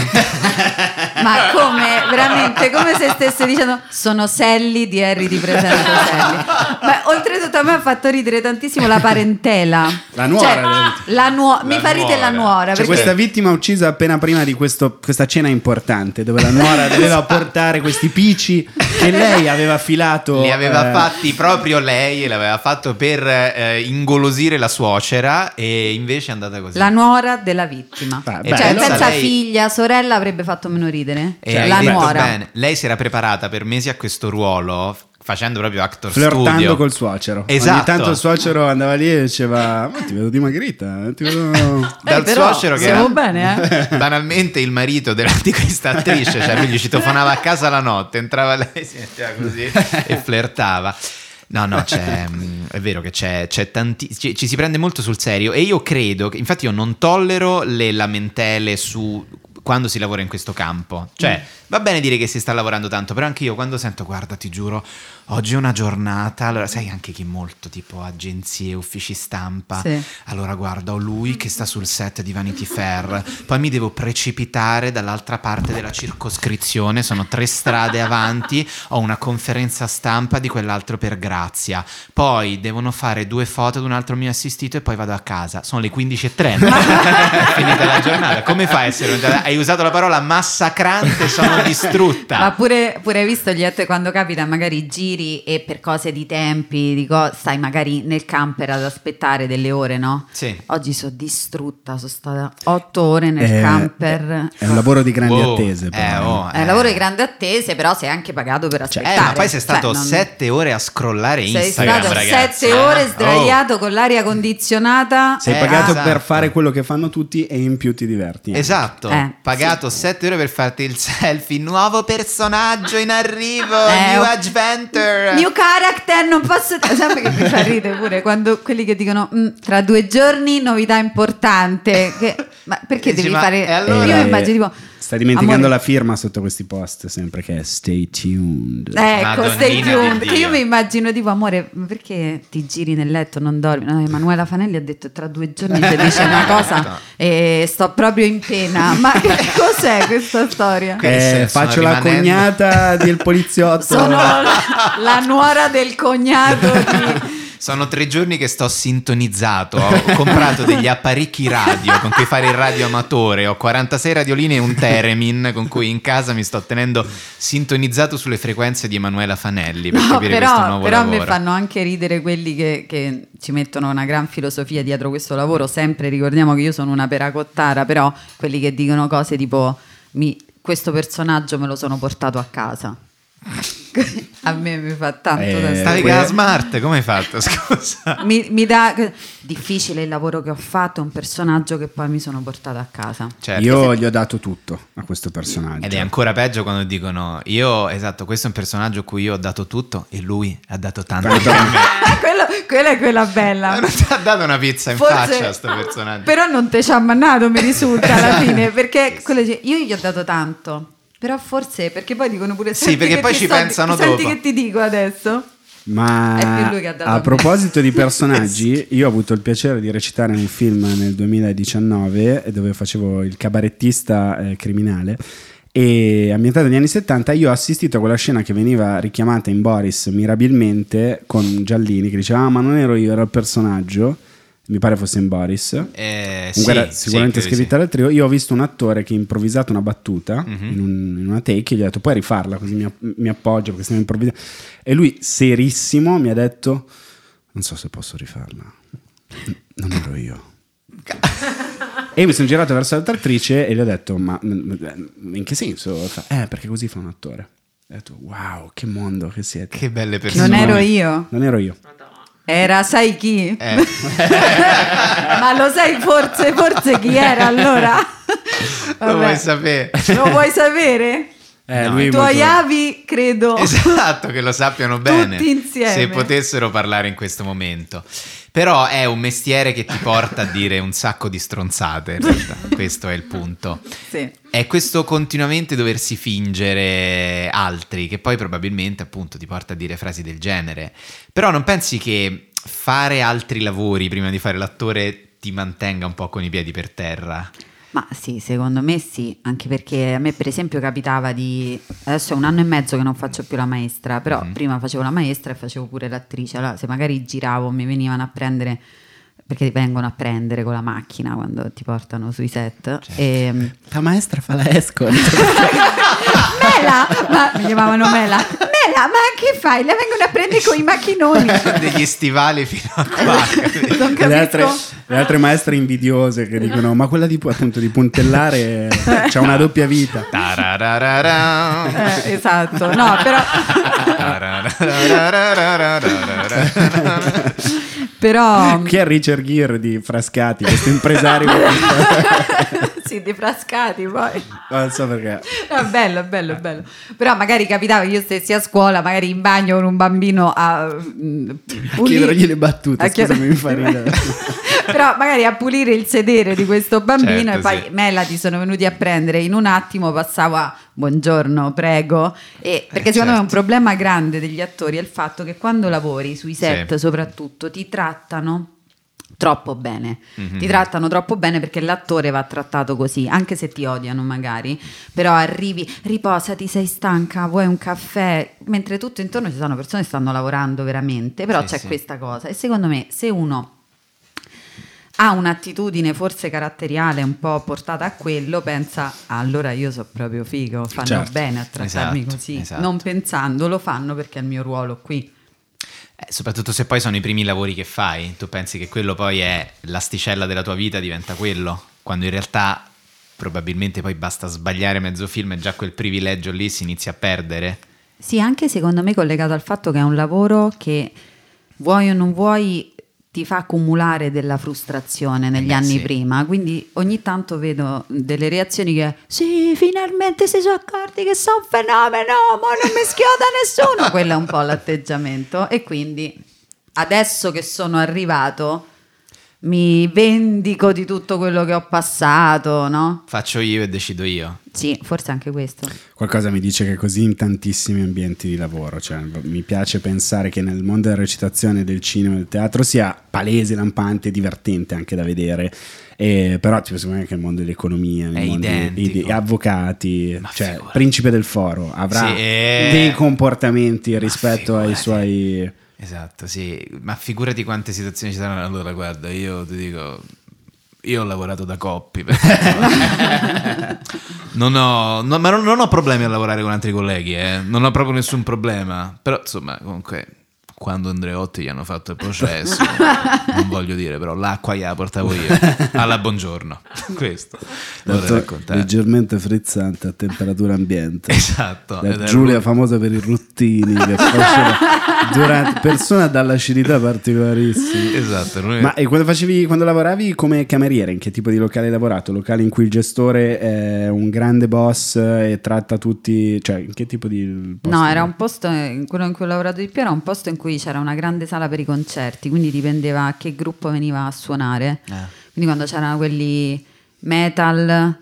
Ma come, veramente, come se stesse dicendo sono Sally di Harry ti presento Sally. Ma oltretutto a me ha fatto ridere tantissimo la parentela. La nuora Cioè, della vittima. la nuo- mi La fa ridere la nuora. nuora. C'è perché- questa vittima uccisa appena prima di questo- questa cena importante, dove la nuora doveva portare questi pici che lei aveva filato. Li aveva eh, fatti proprio lei e l'aveva fatto per eh, ingolosire la suocera, e invece è andata così. La nuora della vittima. Ah, E beh, Cioè, pensa senza lei- figlia, sorella avrebbe fatto meno ridere. E Cioè, hai la detto nuora. bene. Lei si era preparata per mesi a questo ruolo, f- facendo proprio actor flirtando studio. col suocero. Esatto. Ogni tanto il suocero andava lì e diceva ma ti vedo dimagrita, ti vedo... Dal Eh, però, suocero che siamo era bene, eh? banalmente il marito della, di questa attrice, cioè lui gli citofonava a casa la notte, entrava lei, si metteva così e flirtava. No, no, c'è, mh, è vero che c'è, c'è tanti, ci, ci si prende molto sul serio, e io credo che, infatti io non tollero le lamentele su quando si lavora in questo campo. Cioè, va bene dire che si sta lavorando tanto, però anche io quando sento, guarda, ti giuro, oggi è una giornata, allora sai anche chi molto tipo agenzie, uffici stampa, Sì. allora guarda, ho lui che sta sul set di Vanity Fair, poi mi devo precipitare dall'altra parte della circoscrizione, sono tre strade avanti, ho una conferenza stampa di quell'altro per Grazia, poi devono fare due foto ad un altro mio assistito e poi vado a casa, sono le quindici e trenta, è finita la giornata. Come fai a essere, hai usato la parola massacrante, sono distrutta. Ma pure, pure hai visto, Liette, quando capita magari giri e per cose di tempi di co- stai magari nel camper ad aspettare delle ore, no? Sì. Oggi sono distrutta, sono stata otto ore nel Eh, camper. È un lavoro di grandi Oh, attese. eh, però. oh, È un lavoro di grandi attese, però sei anche pagato per aspettare. Eh, ma poi sei stato Cioè, non- sette ore a scrollare sei Instagram, stato ragazzi. sette ore Eh? sdraiato con l'aria condizionata. Sei Eh, pagato esatto. per fare quello che fanno tutti e in più ti diverti. Oh, esatto, Eh, pagato sette ore per farti il selfie, nuovo personaggio in arrivo, Eh, new oh. adventure. New character, non posso. Sempre che mi fa ridere pure quando quelli che dicono "Mm, tra due giorni novità importante. Che- ma perché Dici, devi ma- fare? e allora? Io mi immagino tipo. Stai dimenticando amore, la firma sotto questi post sempre, che è stay tuned. Ecco, Madonnina stay di tuned. Dio. Che io mi immagino tipo amore, ma perché ti giri nel letto, non dormi? No, Emanuela Fanelli ha detto tra due giorni ti dice una cosa e sto proprio in pena. Ma che cos'è questa storia? Che Eh, se- sono faccio la rimanendo- cognata del poliziotto. Sono la, la nuora del cognato di. Sono tre giorni che sto sintonizzato, ho comprato degli apparecchi radio con cui fare il radio amatore, ho quarantasei radioline e un Theremin con cui in casa mi sto tenendo sintonizzato sulle frequenze di Emanuela Fanelli per No, capire questo però, nuovo però lavoro. mi fanno anche ridere quelli che, che ci mettono una gran filosofia dietro questo lavoro. Sempre ricordiamo che io sono una peracottara, però quelli che dicono cose tipo mi, questo personaggio me lo sono portato a casa. A me mi fa tanto Eh, da Stavi que- con la Smart, come hai fatto? Scusa. mi, mi dà difficile il lavoro che ho fatto, è un personaggio che poi mi sono portato a casa. Certo. Io gli ho dato tutto a questo personaggio. Ed è ancora peggio quando dicono io, esatto, questo è un personaggio a cui io ho dato tutto e lui ha dato tanto Tanto. a me. Quello- quella è quella bella. Non ti ha dato una pizza in Forse- faccia sto personaggio. Però non te ci ha mannato, mi risulta alla fine, perché quello dice, io gli ho dato tanto. Però forse, perché poi dicono pure Sì, senti perché che poi ti ci sto- pensano senti dopo. che ti dico adesso. Ma È più lui che ha dato a a me. proposito di personaggi, io ho avuto il piacere di recitare in un film nel duemiladiciannove dove facevo il cabarettista eh, criminale, e ambientato negli anni settanta. Io ho assistito a quella scena che veniva richiamata in Boris mirabilmente con Giallini che diceva ah ma non ero io, era il personaggio, mi pare fosse in Boris. Eh, Comunque sì, era sicuramente sì, credo scritta sì. dal trio. Io ho visto un attore che ha improvvisato una battuta Mhm. in, un- in una take e gli ho detto puoi rifarla così mi, app- mi appoggio perché stiamo improvvisando, e lui serissimo mi ha detto non so se posso rifarla, N- non ero io. E io mi sono girato verso l'altra attrice e gli ho detto ma m- in che senso? Fa, eh perché così fa un attore. E ho detto wow che mondo che siete. Che belle persone. Non ero io. Non ero io. Era, sai chi? Eh. Ma lo sai forse, forse chi era allora? Lo Vabbè. vuoi sapere? Lo vuoi sapere? Eh, No, lui I è tuoi molto- avi, credo. Esatto, che lo sappiano bene. Tutti insieme. Se potessero parlare in questo momento. Però è un mestiere che ti porta a dire un sacco di stronzate, in realtà. Questo è il punto. Sì. È questo continuamente doversi fingere altri, che poi probabilmente appunto ti porta a dire frasi del genere. Però non pensi che fare altri lavori prima di fare l'attore ti mantenga un po' con i piedi per terra? Ma sì, secondo me sì, anche perché a me per esempio capitava di... Adesso è un anno e mezzo che non faccio più la maestra, però Mhm. prima facevo la maestra e facevo pure l'attrice. Allora se magari giravo mi venivano a prendere, perché ti vengono a prendere con la macchina quando ti portano sui set. Certo. E... La maestra fa la escort. Mela! Ma mi chiamavano Mela. Mela, ma che fai? La vengono a prendere con i macchinoni. Degli stivali fino a qua. Non E le altre, capisco. le altre maestre invidiose che dicono ma quella di, appunto, di puntellare c'ha una doppia vita. Tarararara. Eh, esatto, no, però... Tarararara. però... Chi è Richard Gere di Frascati, questo impresario? sì, di Frascati poi. Non so perché. No, bello, bello, bello. Però magari capitava che io stessi a scuola, magari in bagno con un bambino a, mm, A chiedergli le battute, a chied- scusami, mi fa ridere. Però magari a pulire il sedere di questo bambino Certo, e poi sì. Mela ti sono venuti a prendere, in un attimo passavo a buongiorno, prego. E, perché Eh, secondo me è un certo. problema grande degli attori è il fatto che quando lavori sui set Sì. soprattutto ti trattano troppo bene, Mhm. ti trattano troppo bene perché l'attore va trattato così, anche se ti odiano magari, però arrivi, riposati, sei stanca, vuoi un caffè, mentre tutto intorno ci sono persone che stanno lavorando veramente, però Sì, c'è sì. questa cosa e secondo me se uno ha un'attitudine forse caratteriale un po' portata a quello, pensa "Ah, allora io so proprio figo, fanno Certo. bene a trattarmi Esatto, così", esatto. non pensando, lo fanno perché è il mio ruolo qui. Eh, soprattutto se poi sono i primi lavori che fai, tu pensi che quello poi è l'asticella della tua vita, diventa quello, quando in realtà probabilmente poi basta sbagliare mezzo film e già quel privilegio lì si inizia a perdere. Sì, anche secondo me collegato al fatto che è un lavoro che vuoi o non vuoi ti fa accumulare della frustrazione negli beh, anni sì. prima, quindi ogni tanto vedo delle reazioni che sì, finalmente si sono accorti che sono un fenomeno, ma non mi schioda nessuno, quello è un po' l'atteggiamento e quindi adesso che sono arrivato mi vendico di tutto quello che ho passato, no? Faccio io e decido io. Sì, forse anche questo. Qualcosa mi dice che è così in tantissimi ambienti di lavoro, cioè mi piace pensare che nel mondo della recitazione, del cinema e del teatro sia palese, lampante e divertente anche da vedere, e, però tipo, secondo me che il mondo dell'economia, È il mondo identico. di avvocati, Ma cioè figurati. principe del foro avrà Sì, eh. dei comportamenti rispetto ai figurati. suoi... Esatto, sì, ma figurati quante situazioni ci saranno. Allora, guarda, io ti dico, io ho lavorato da coppi. non ho, no, ma non, non ho problemi a lavorare con altri colleghi, eh. Non ho proprio nessun problema. Però, insomma, comunque, quando Andreotti gli hanno fatto il processo, non voglio dire, però l'acqua gliela portavo io alla Buongiorno. Questo vorrei raccontare. Leggermente frizzante a temperatura ambiente. Esatto. Da Giulia, famosa per i ruttini che faceva durante, persona dall'acidità particolarissima. Esatto. È... Ma e quando facevi, quando lavoravi come cameriere, in che tipo di locale hai lavorato? Locale in cui il gestore è un grande boss e tratta tutti, cioè in che tipo di posto? No, era un posto, in quello in cui ho lavorato di più era un posto in cui c'era una grande sala per i concerti, quindi dipendeva a che gruppo veniva a suonare. Eh. Quindi quando c'erano quelli metal,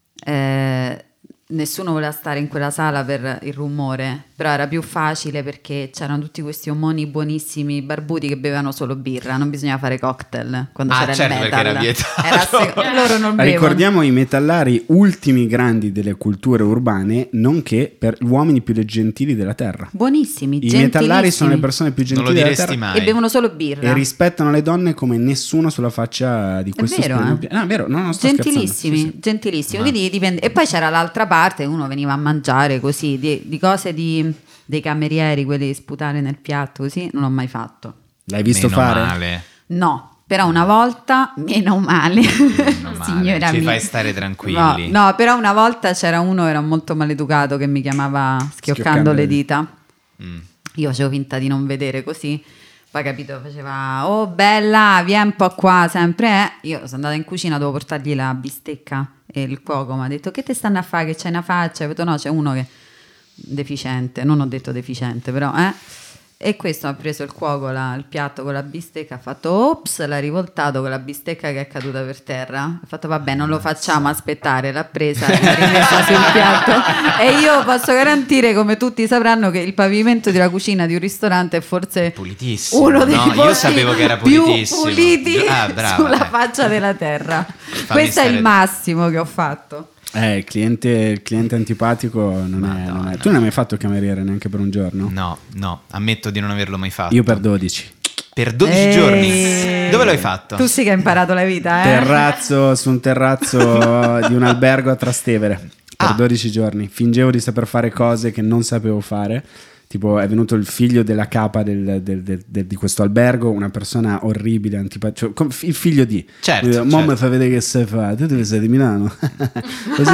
eh, nessuno voleva stare in quella sala per il rumore, però era più facile perché c'erano tutti questi omoni buonissimi barbuti che bevevano solo birra, non bisognava fare cocktail quando ah, c'era certo, il metal. perché era vietato. Era sec- loro non bevono. Ricordiamo i metallari ultimi grandi delle culture urbane, nonché per gli uomini più gentili della terra. Buonissimi, I metallari sono le persone più gentili della terra mai. E bevono solo birra e rispettano le donne come nessuno sulla faccia di questo. È vero, eh? No, è vero, no, non sto gentilissimi, sì, sì. gentilissimi. Quindi dipende. E poi c'era l'altra parte, uno veniva a mangiare così di, di cose di, dei camerieri, quelli di sputare nel piatto così, non l'ho mai fatto. L'hai visto meno fare? Male. No, però una volta meno male, meno male. Signora Ci mia. fai stare tranquilli. No, no, però una volta c'era uno era molto maleducato che mi chiamava schioccando, schioccando le dita. Mm. Io facevo finta di non vedere così. Poi capito, faceva oh bella, vieni un po' qua sempre, eh. Io sono andata in cucina, dovevo portargli la bistecca e il cuoco mi ha detto che te stanno a fare, che c'hai una faccia? Ho detto no, c'è uno che deficiente, non ho detto deficiente però, eh. E questo ha preso il cuoco la, il piatto con la bistecca, ha fatto ops, l'ha rivoltato con la bistecca che è caduta per terra, ha fatto vabbè non lo facciamo aspettare, l'ha presa e l'ha rimessa sul piatto. E io posso garantire, come tutti sapranno, che il pavimento della cucina di un ristorante è forse pulitissimo, uno dei no? Io sapevo che era pulitissimo, più puliti ah, brava, sulla eh. faccia della terra. Fammi Questo è il stare... massimo che ho fatto. Eh, il cliente, il cliente antipatico non è, non è. Tu non hai mai fatto il cameriere neanche per un giorno? No, no, ammetto di non averlo mai fatto. Io per dodici. Per dodici Ehi. giorni? Dove l'hai fatto? Tu sì che hai imparato la vita, eh? Terrazzo, su un terrazzo di un albergo a Trastevere per Ah. dodici giorni. Fingevo di saper fare cose che non sapevo fare. Tipo è venuto il figlio della capa del, del, del, del, di questo albergo, una persona orribile, antipatica, cioè, il figlio di certo, mi dice, certo. Mamma fa vedere che sai fare, tu dove sei di Milano? Così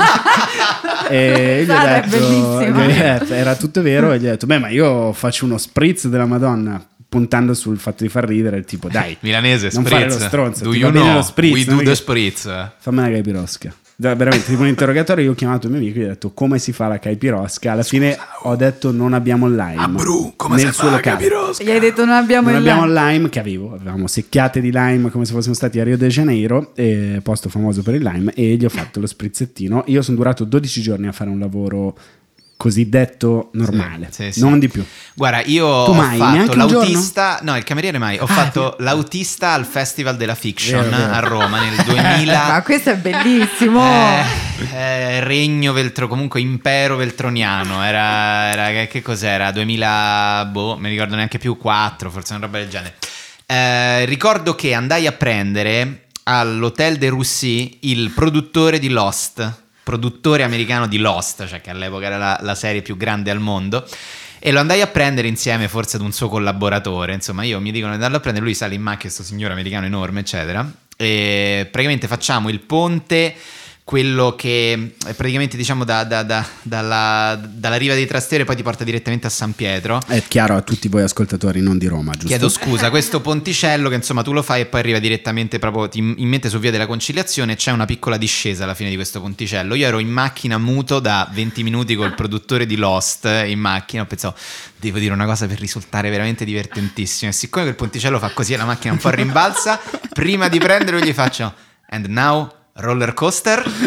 e gli ho Sara, è detto, bellissimo. gli ho detto, era tutto vero e gli ho detto beh ma io faccio uno spritz della Madonna, puntando sul fatto di far ridere, tipo dai milanese non spritz, fare lo stronzo, do ti you va bene know lo spritz, we non do è the che- spritz. fammi una caipirosca. Veramente, tipo un interrogatorio, io ho chiamato il mio amico e gli ho detto come si fa la caipirosca. Alla fine ho detto non abbiamo il lime. Ah, Bru, come nel si suo fa la locale. capirosca? Gli hai detto non abbiamo Non il abbiamo lime. il lime che avevo, avevamo secchiate di lime come se fossimo stati a Rio de Janeiro, eh, posto famoso per il lime, e gli ho fatto lo sprizzettino. Io sono durato dodici giorni a fare un lavoro cosiddetto normale, Sì, sì, sì. non di più. Guarda, io Tu ho mai? fatto Neanche un l'autista, no, il cameriere mai. Ho fatto l'autista al Festival della Fiction Vero, vero. a Roma nel duemila. Ma questo è bellissimo. Eh, eh, regno Veltro, comunque impero veltroniano. Era, era che, che cos'era? duemila, boh, mi ricordo neanche più, quattro, forse una roba del genere. Eh, ricordo che andai a prendere all'Hotel de Russie il produttore di Lost, produttore americano di Lost, cioè che all'epoca era la, la serie più grande al mondo. E lo andai a prendere insieme forse ad un suo collaboratore. Insomma, io mi dicono di andarlo a prendere, lui sale in macchina, questo signore americano enorme, eccetera. E praticamente facciamo il ponte, quello che è praticamente diciamo da, da, da, dalla, dalla riva di Trastevere poi ti porta direttamente a San Pietro. È chiaro a tutti voi ascoltatori non di Roma, giusto? Chiedo scusa, questo ponticello che insomma tu lo fai e poi arriva direttamente proprio ti- in mente su Via della Conciliazione. C'è una piccola discesa alla fine di questo ponticello. Io ero in macchina muto da venti minuti col produttore di Lost in macchina, ho pensato devo dire una cosa per risultare veramente divertentissimo, e siccome quel ponticello fa così e la macchina un po' rimbalza, prima di prenderlo gli faccio and now roller coaster. Il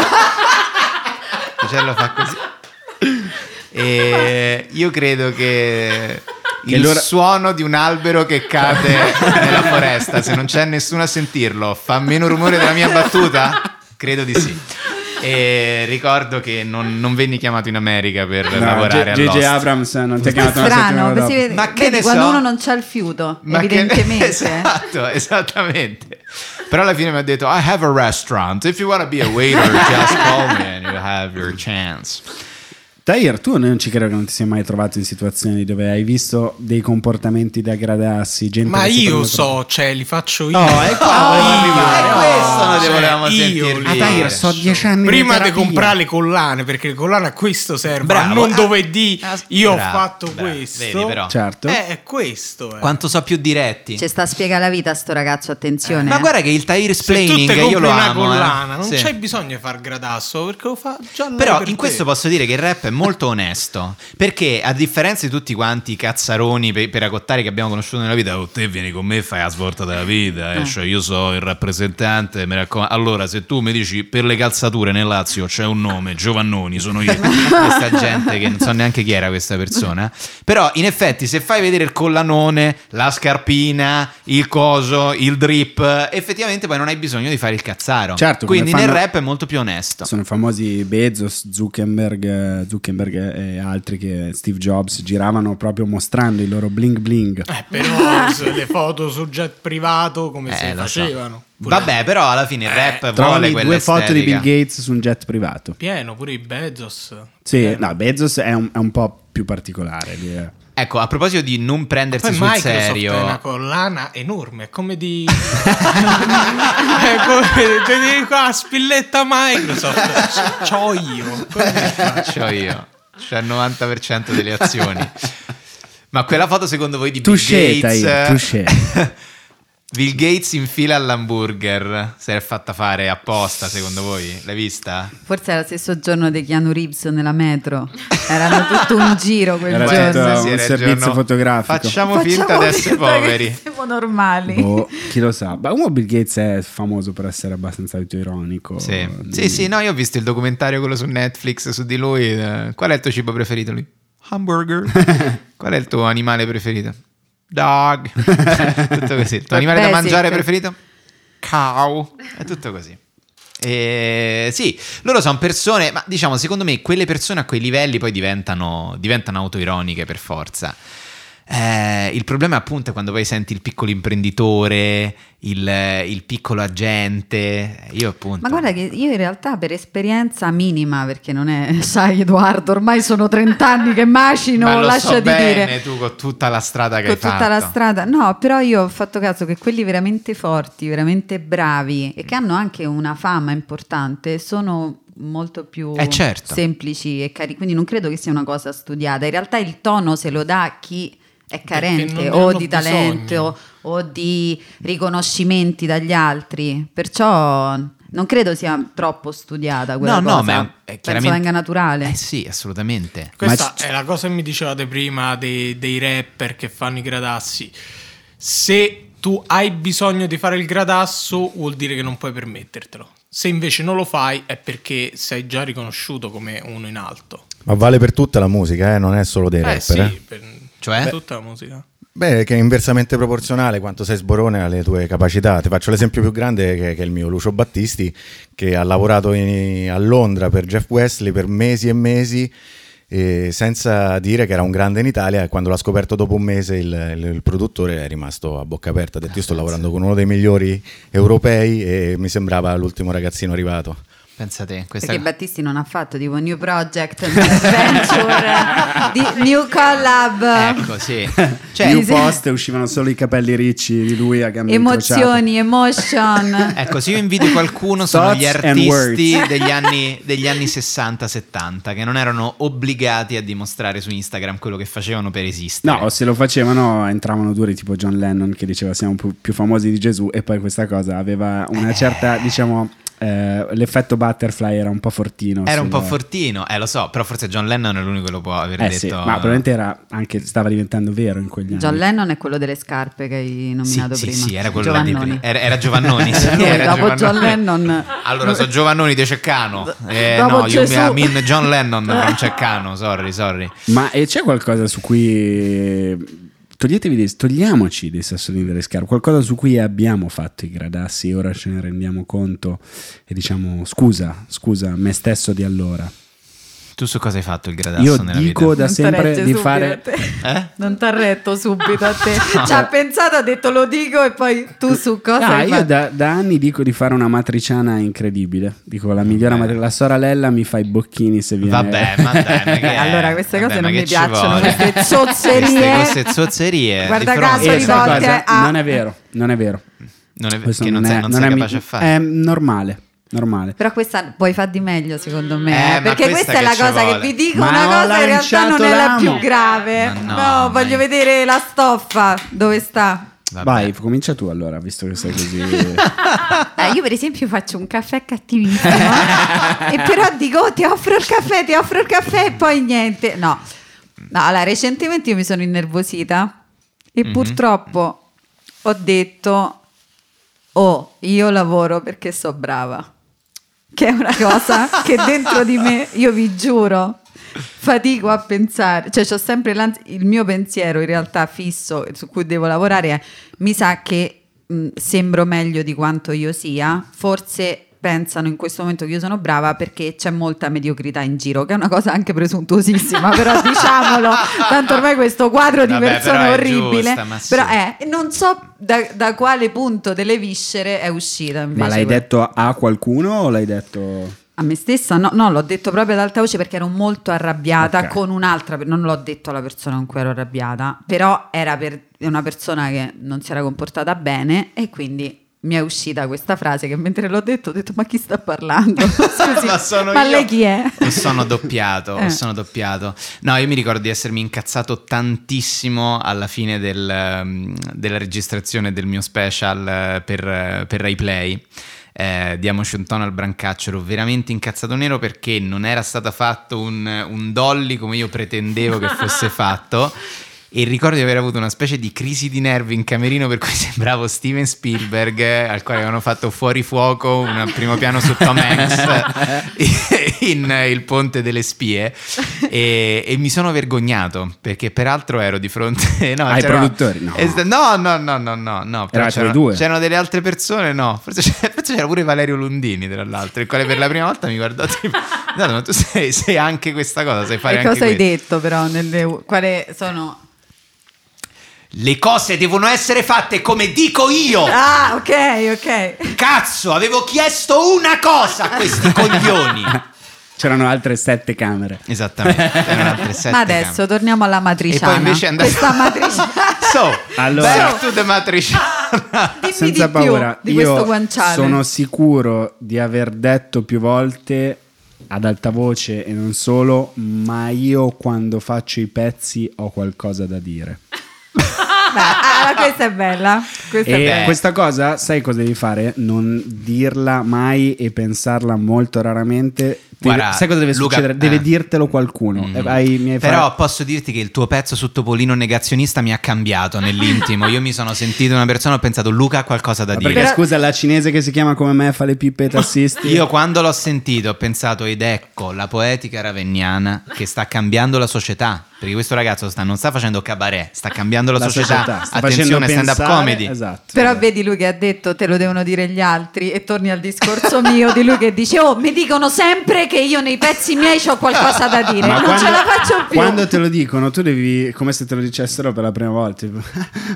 ponticello fa così e io credo che Che il l'ora- suono di un albero che cade nella foresta, se non c'è nessuno a sentirlo, fa meno rumore della mia battuta? Credo di sì. E ricordo che non, non venni chiamato in America per No, lavorare a J J Lost. Abrams non ti ha È chiamato una settimana strano, dopo. si vede, Ma che vedi, ne quando so? uno non c'ha il fiuto, Ma che- evidentemente. esatto, esattamente. Però alla fine mi ha detto I have a restaurant, if you want to be a waiter just call me and you have your chance. Tahir, tu non ci credo che non ti sei mai trovato in situazioni dove hai visto dei comportamenti degradarsi, gente ma che si io prende so, troppo- cioè li faccio io. Oh, è qua, Ah, volevo io, arrivare. Eh, questo noi cioè, volevamo io sentire li dire. Ah, Tahir, faccio. so dieci anni Prima di terapia. comprare le collane, perché le collane a questo servono, Bravo. non Ah, dove di ah, io bravo, ho fatto bravo. questo. Vedi, però. Certo. Eh, è questo. Eh. Quanto so più diretti. Ci sta a spiegare la vita a sto ragazzo, attenzione. Ma eh. guarda che il Tahir Se tu explaining te io compri lo una amo. eh. collana, non Sì. c'è bisogno di far gradasso, perché lo fa già lei Però per in te. questo posso dire che il rap è molto onesto, perché a differenza di tutti quanti i cazzaroni per, per acottare che abbiamo conosciuto nella vita, oh, te vieni con me e fai la svolta della vita, eh? Eh. Cioè io so il rappresentante, mi raccomando. Allora se tu mi dici per le calzature nel Lazio c'è un nome, Giovannoni, sono io. Questa gente che non so neanche chi era questa persona, però in effetti se fai vedere il collanone, la scarpina, il coso, il drip, effettivamente poi non hai bisogno di fare il cazzaro. Certo, come quindi fanno- nel rap è molto più onesto. Sono i famosi Bezos, Zuckerberg, Zuckerberg e altri che Steve Jobs giravano proprio mostrando il loro bling bling. Eh, però se le foto sul jet privato come Eh, si lo so. facevano. Pure- Vabbè, però alla fine il rap vuole Trovi quella due foto di Bill estetica. Gates su un jet privato. Pieno, pure i Bezos. Sì, Pieno. no, Bezos è un, è un po' più particolare. lì, eh. Ecco, a proposito di non prendersi Poi sul Microsoft serio, è una collana enorme, è come di è come di qua spilletta Microsoft. C- c'ho io. Come c'ho io, c'ho il novanta per cento delle azioni. Ma quella foto secondo voi di Touché, Bill Gates Tahir, touché. Bill Gates in fila all'hamburger si è fatta fare apposta, secondo voi? L'hai vista? Forse era lo stesso giorno di Keanu Reeves nella metro. Erano tutto un giro quel Era giorno. tutto Sì, un era il servizio giorno- fotografico. Facciamo, Facciamo finta di essere finta che poveri. siamo normali. Boh, chi lo sa. Ma uno Bill Gates è famoso per essere abbastanza autoironico. Sì. sì, sì, no, io ho visto il documentario quello su Netflix su di lui. eh, Qual è il tuo cibo preferito lui? Hamburger. Qual è il tuo animale preferito? Dog. Tutto così. Il tuo animale da Basic. mangiare preferito? Cow. È tutto così. E sì, loro sono persone, ma diciamo, secondo me quelle persone a quei livelli poi diventano, diventano autoironiche per forza. Eh, il problema appunto è quando poi senti il piccolo imprenditore, il, il piccolo agente. Io appunto Ma guarda che io in realtà per esperienza minima, perché non è, sai Edoardo, ormai sono trent'anni che macino, Ma lo lascia so di bene, dire. tu con tutta la strada che Con hai fatto. tutta la strada, no, però io ho fatto caso che quelli veramente forti, veramente bravi e che hanno anche una fama importante sono molto più Eh, certo. semplici e carini, quindi non credo che sia una cosa studiata. In realtà il tono se lo dà chi è carente non ne o hanno di talento o di riconoscimenti dagli altri, perciò non credo sia troppo studiata quella No, cosa. no, ma è, è Penso chiaramente venga naturale. Eh sì, assolutamente. Questa Ma c- è la cosa che mi dicevate prima dei, dei rapper che fanno i gradassi. Se tu hai bisogno di fare il gradasso, vuol dire che non puoi permettertelo. Se invece non lo fai, è perché sei già riconosciuto come uno in alto. Ma vale per tutta la musica, eh? Non è solo dei Eh rapper. sì, eh. per Cioè? tutta la musica. Beh, che è inversamente proporzionale quanto sei sborone alle tue capacità. Ti faccio l'esempio più grande che, che è il mio Lucio Battisti, che ha lavorato in- a Londra per Jeff Wesley per mesi e mesi, e senza dire che era un grande in Italia, e quando l'ha scoperto dopo un mese il, il- il produttore è rimasto a bocca aperta, ha detto io sto lavorando con uno dei migliori europei e mi sembrava l'ultimo ragazzino arrivato. Pensa te, questa Perché Battisti non ha fatto tipo new project, new adventure, di new collab, Ecco, sì. Cioè, New sì. Post uscivano solo i capelli ricci di lui a gambe incrociate. emozioni, emotion. ecco, se io invidio qualcuno sono Thoughts gli and artisti words. degli anni, degli anni sessanta settanta che non erano obbligati a dimostrare su Instagram quello che facevano per esistere. No, o se lo facevano entravano duri tipo John Lennon che diceva siamo più, più famosi di Gesù, e poi questa cosa aveva una certa, diciamo, eh, l'effetto butterfly era un po' fortino. Era un sul- po' fortino, eh lo so, però forse John Lennon è l'unico che lo può aver Eh detto. sì, ma probabilmente era anche, stava diventando vero in quegli anni. John Lennon è quello delle scarpe che hai Sì, nominato sì, prima. sì, era quello là di Giovannoni. prima. Era, era Giovannoni, sì, Lui, era dopo John Giovannoni. Lennon. Allora, so Giovannoni de Ceccano. Eh, Dopo no, io Gesù. I mean John Lennon from Ceccano, sorry, sorry. Ma e c'è qualcosa su cui toglietevi dei, togliamoci dei sassolini delle scarpe, qualcosa su cui abbiamo fatto i gradassi e ora ce ne rendiamo conto e diciamo scusa, scusa me stesso di allora. Tu su cosa hai fatto il gradasso Io nella dico vita? da sempre di fare... a te. Eh? Non ti ha retto subito a te. Ci ha pensato, ha detto lo dico e poi tu su cosa Ah, hai io fatto? da, da anni dico di fare una matriciana incredibile. Dico la migliore matriciana. La sorella mi fa i bocchini se viene. Vabbè, ma dai, ma che è? Allora, queste Vabbè, cose ma non che mi ci piacciono, vuole? queste zozzerie. Queste zozzerie. Guarda di caso fronte- Eh, sai rivolte cosa? a- Non è vero, non è vero. Non è Questo che non, sei, non sei mi- capace a fare. È normale, normale. Però questa puoi far di meglio secondo me, Eh, eh, ma perché questa questa è che la ci cosa vuole? che vi dico, Ma una ho cosa in realtà non lanciato è la l'amo. più grave. Ma no, no, ma voglio io- vedere la stoffa, dove sta? Vabbè. Vai, comincia tu allora, visto che sei così. Eh, io per esempio faccio un caffè cattivissimo e però dico "Oh, ti offro il caffè, ti offro il caffè" e poi niente. No, no allora recentemente io mi sono innervosita e Mhm. purtroppo ho detto oh, io lavoro perché so brava, che è una cosa che dentro di me, io vi giuro, fatico a pensare, cioè c'ho sempre l'ansia, il mio pensiero in realtà fisso su cui devo lavorare è mi sa che mh, sembro meglio di quanto io sia, forse pensano in questo momento che io sono brava perché c'è molta mediocrità in giro, che è una cosa anche presuntuosissima, però diciamolo, tanto ormai questo quadro di Vabbè, persone però è orribile, giusta, ma sì. però è, non so da, da quale punto delle viscere è uscita invece. Ma l'hai quella. detto a qualcuno o l'hai detto... A me stessa? No, no, l'ho detto proprio ad alta voce perché ero molto arrabbiata Ok. con un'altra, non l'ho detto alla persona con cui ero arrabbiata, però era per una persona che non si era comportata bene e quindi mi è uscita questa frase che mentre l'ho detto ho detto ma chi sta parlando? Scusi, ma sono ma io. lei chi è? O sono doppiato, Eh. o sono doppiato. No, io mi ricordo di essermi incazzato tantissimo alla fine del, um, della registrazione del mio special eh, per, eh, per Rai Play. Eh, diamoci un tono al brancaccio, ero veramente incazzato nero perché non era stato fatto un, un dolly come io pretendevo che fosse fatto. E ricordo di aver avuto una specie di crisi di nervi in camerino per cui sembravo Steven Spielberg, eh, al quale avevano fatto Fuori Fuoco, un primo piano su Tom Hanks in eh, Il Ponte delle Spie, e, e mi sono vergognato perché peraltro ero di fronte no, Ai c'era- produttori, no. es- no no no no no no però Eravate c'erano, due. c'erano delle altre persone, no, forse c'era, forse c'era pure Valerio Lundini tra l'altro, il quale per la prima volta mi guardò tipo no, ma tu sei, sei anche questa cosa, sai fare E anche cosa hai questo. detto però? Nelle, quale sono? Le cose devono essere fatte come dico io. Ah, ok, ok. Cazzo, avevo chiesto una cosa a questi coglioni. C'erano altre sette camere. Esattamente, erano altre sette Ma adesso camere. torniamo alla matriciana. E poi invece andare- Questa matriciana. So, Allora- back to the matriciana. Dimmi Senza di più paura, di questo io guanciale. sono sicuro di aver detto più volte ad alta voce e non solo, ma io quando faccio i pezzi ho qualcosa da dire. Beh, ah, questa è bella. Questa è E bella. questa cosa, sai cosa devi fare? Non dirla mai e pensarla molto raramente. Deve- Guarda, sai cosa deve Luca, succedere? Deve eh. dirtelo qualcuno. Mm. Eh, hai- mi hai Però fatto- posso dirti che il tuo pezzo su Topolino negazionista mi ha cambiato nell'intimo. Io mi sono sentito una persona, ho pensato Luca ha qualcosa da Ma dire. perché Però- scusa, la cinese che si chiama come me fa le pippe ai tassisti? Io quando l'ho sentito ho pensato ed ecco la poetica ravenniana che sta cambiando la società, perché questo ragazzo sta, non sta facendo cabaret, sta cambiando la, La società, società, sta attenzione, facendo stand up pensare- comedy. Esatto. Però esatto. vedi lui che ha detto te lo devono dire gli altri e torni al discorso mio di lui che dice oh mi dicono sempre che io nei pezzi miei ho qualcosa da dire, Ma non quando, ce la faccio più. quando te lo dicono, tu devi, come se te lo dicessero per la prima volta, tipo,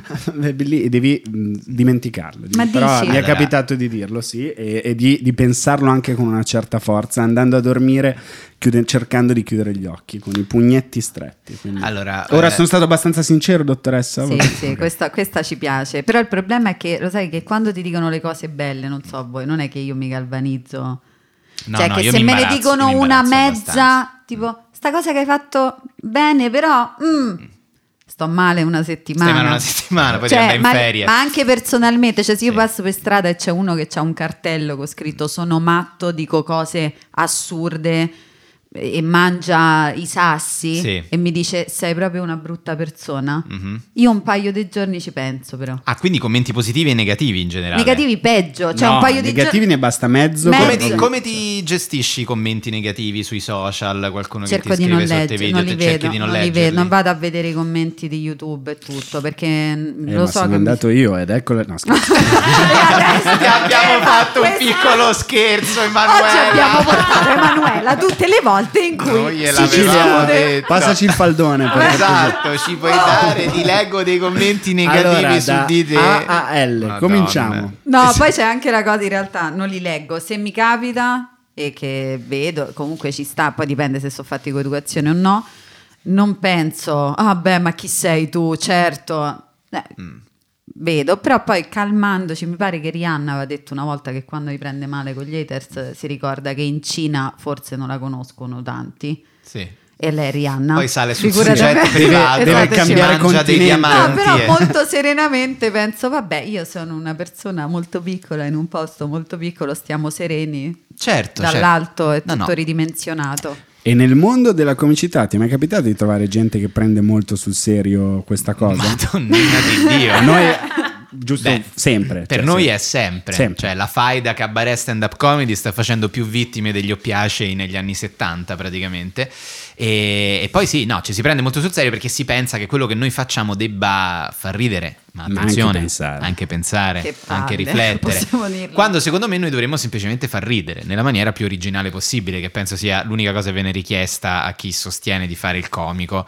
devi, devi mh, dimenticarlo. Ma Però dici? mi è Allora- capitato di dirlo, sì, e, e di, di pensarlo anche con una certa forza, andando a dormire, chiude- cercando di chiudere gli occhi con i pugnetti stretti. Quindi- Allora, Ora eh, sono stato abbastanza sincero, dottoressa? Sì, sì, questa, questa ci piace. Però il problema è che lo sai che quando ti dicono le cose belle, non so voi, non è che io mi galvanizzo. no, cioè no, che io se mi me ne imbarazzo, dicono io mi una imbarazzo mezza, abbastanza. tipo sta cosa che hai fatto bene, però mm, sto male una settimana. Stai male una settimana, poi Cioè, devi andare in ma, ferie. ma anche personalmente, cioè se io Sì. passo per strada e c'è uno che ha un cartello con scritto sono matto, dico cose assurde e mangia i sassi Sì. e mi dice sei proprio una brutta persona, Mhm. io un paio di giorni ci penso però. Ah, quindi commenti positivi e negativi in generale. Negativi peggio, cioè No, un paio di negativi giorni ne basta mezzo. Mezzo. Come per- ti, come ti gestisci i commenti negativi sui social? Qualcuno cerco che ti di non scrive sotto i leggere, video, non li te cerchi vedo, di non, non li leggerli? vedo, non vado a vedere i commenti di YouTube e tutto perché Eh, lo ma so sono che mi- andato io ed eccolo. No, scherzo. Ti abbiamo fatto un Questa- piccolo scherzo, Emanuela. Oggi abbiamo portato Emanuela tutte le volte in cui Noi si gliel'avevamo discute. detto. Passaci il faldone. per Esatto, ci puoi dare, ti leggo dei commenti negativi Allora, su da di te. A a L, Madonna. cominciamo. No, poi c'è anche la cosa, in realtà non li leggo, se mi capita e che vedo, comunque ci sta, poi dipende se sono fatti con educazione o no, non penso, ah beh, ma chi sei tu, certo, eh, Mm. vedo, però poi calmandoci, mi pare che Rihanna aveva detto una volta che quando vi prende male con gli haters si ricorda che in Cina forse non la conoscono tanti. Sì. E lei è Rihanna. Poi sale sul Figurati jet me. privato, deve Esatto, cambiare ci mangia dei continente. No, diamanti. però eh. molto serenamente penso, vabbè, io sono una persona molto piccola in un posto molto piccolo, stiamo sereni. Certo, Dall'alto è certo. tutto No, no. ridimensionato. E nel mondo della comicità ti è mai capitato di trovare gente che prende molto sul serio questa cosa? Madonnina di Dio. A noi giusto Beh, sempre. Per cioè, noi sì. è sempre. Sempre. Cioè la faida cabaret stand up comedy sta facendo più vittime degli oppiacei negli anni settanta praticamente. E, e poi sì, no, ci si prende molto sul serio perché si pensa che quello che noi facciamo debba far ridere. Ma Ma attenzione, anche pensare. anche pensare, Che anche palle, riflettere. possiamo dirlo. Quando secondo me noi dovremmo semplicemente far ridere nella maniera più originale possibile, che penso sia l'unica cosa che viene richiesta a chi sostiene di fare il comico.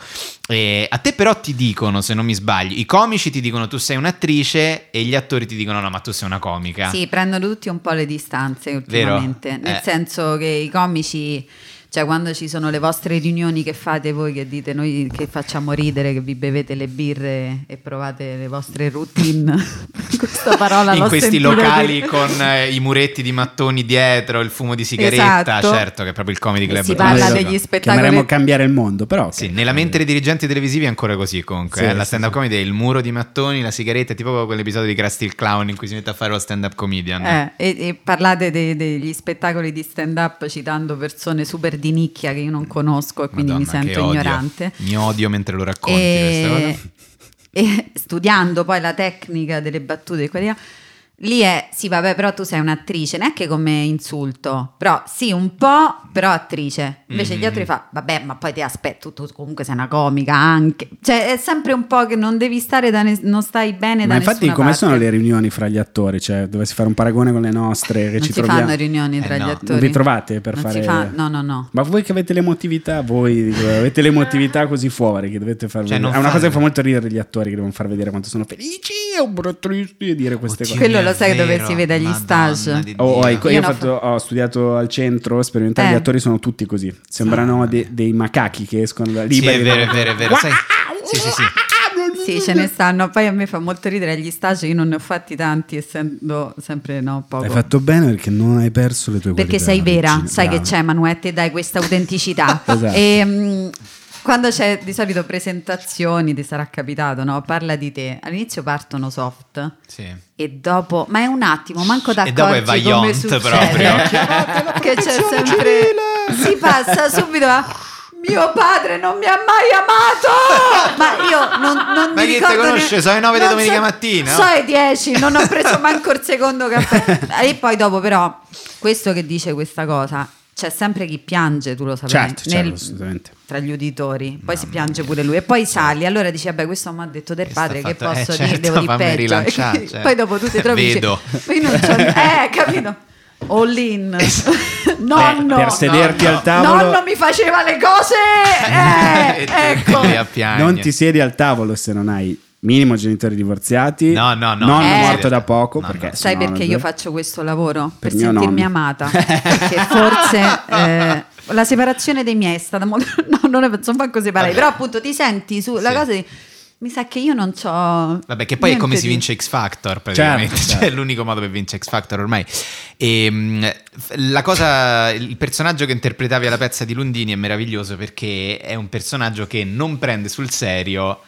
E a te però ti dicono, se non mi sbaglio, i comici ti dicono tu sei un'attrice e gli attori ti dicono no, ma tu sei una comica. Sì, prendono tutti un po' le distanze Vero? ultimamente, nel Eh. senso che i comici, cioè quando ci sono le vostre riunioni che fate voi, che dite noi che facciamo ridere, che vi bevete le birre e provate le vostre routine, questa parola In l'ho questi sentita locali dire. con eh, i muretti di mattoni dietro, il fumo di sigaretta, Esatto. certo che è proprio il comedy E club. si parla classico. degli spettacoli. Chiameremo cambiare il mondo, però ok. Sì, nella mente dei dirigenti televisivi è ancora così comunque. Sì, eh. La sì, stand up sì. comedy è il muro di mattoni, la sigaretta, è tipo quell'episodio di Krusty il Clown in cui si mette a fare lo stand up comedian. Eh, e, e parlate de- degli spettacoli di stand up citando persone super di nicchia che io non conosco e quindi Madonna, mi che sento odio. ignorante. Mi odio mentre lo racconti questa E, cosa. e studiando poi la tecnica delle battute di qua di là, lì è, sì vabbè, però tu sei un'attrice, neanche come insulto, però sì un po', però attrice. Invece Mm-hmm. gli altri fa, vabbè, ma poi ti aspetto, tu, tu comunque sei una comica anche, cioè è sempre un po' che non devi stare da ne- non stai bene Ma da infatti nessuna come parte. sono le riunioni fra gli attori? Cioè, dovessi fare un paragone con le nostre che Non ci si troviamo. fanno riunioni tra Eh, gli no. attori. Non vi trovate per Non fare si fa, no no no. Ma voi che avete l'emotività, voi dico, avete l'emotività così fuori che dovete far Cioè, vedere. non È una fanno- cosa che fa molto ridere gli attori che devono far vedere quanto sono felici o tristi e dire queste Oddio, cose. Quello lo è sai dove vero, si vede agli Madonna stage? di Oh, Dio. ecco, Io io ho, ne ho fatto- ho studiato al centro sperimentale, Eh. gli attori sono tutti così, sembrano de- dei macachi che escono da Sì, liberi. è vero, è vero, è vero. Sai, sì, sì, sì. Sì, ce ne stanno. Poi a me fa molto ridere agli stage, io non ne ho fatti tanti, essendo sempre no, poco. Hai fatto bene perché non hai perso le tue Perché qualità, sei vera, Regina, sai brava. che c'è Manuette, dai questa autenticità. Esatto. E, mh, quando c'è di solito presentazioni, ti sarà capitato, no? Parla di te. All'inizio partono soft Sì. e dopo, ma è un attimo, manco d'accordo. E dopo è Vaillant proprio. Che c'è sempre, si passa subito a mio padre non mi ha mai amato, ma io non, non Ma mi chi te ricordo conosce? ne- So le nove di non domenica so- mattina? so i dieci, non ho preso manco il secondo caffè. E poi dopo però questo che dice questa cosa, c'è sempre chi piange, tu lo saprai, Certo, certo, assolutamente. tra gli uditori, poi si piange pure lui e poi sali, allora dici vabbè questo mi ha detto del Questo padre, ha che fatto- posso eh, dire, certo, devo di fammi peggio. rilanciare, E quindi certo. poi dopo tu ti trovi e dici, Vedo. "Ma io non c'ho eh capito, all in nonno Per sederti no, al tavolo nonno mi faceva le cose E eh, te ecco lì a piangere. non ti siedi al tavolo se non hai minimo genitori divorziati, No, no, no. nonno Eh. morto da poco, No, perché no. sai sennò perché non- io faccio questo lavoro? Per, Per mio sentirmi nonno. amata, perché forse eh, la separazione dei miei è stata molto no, non ne penso manco separare, però appunto ti senti su la Sì. cosa di mi sa che io non c'ho Vabbè, che poi è niente come si di- vince X Factor praticamente, Certo, cioè certo. è l'unico modo per vincere X Factor ormai. E, mh, la cosa, il personaggio che interpretavi alla pezza di Lundini è meraviglioso perché è un personaggio che non prende sul serio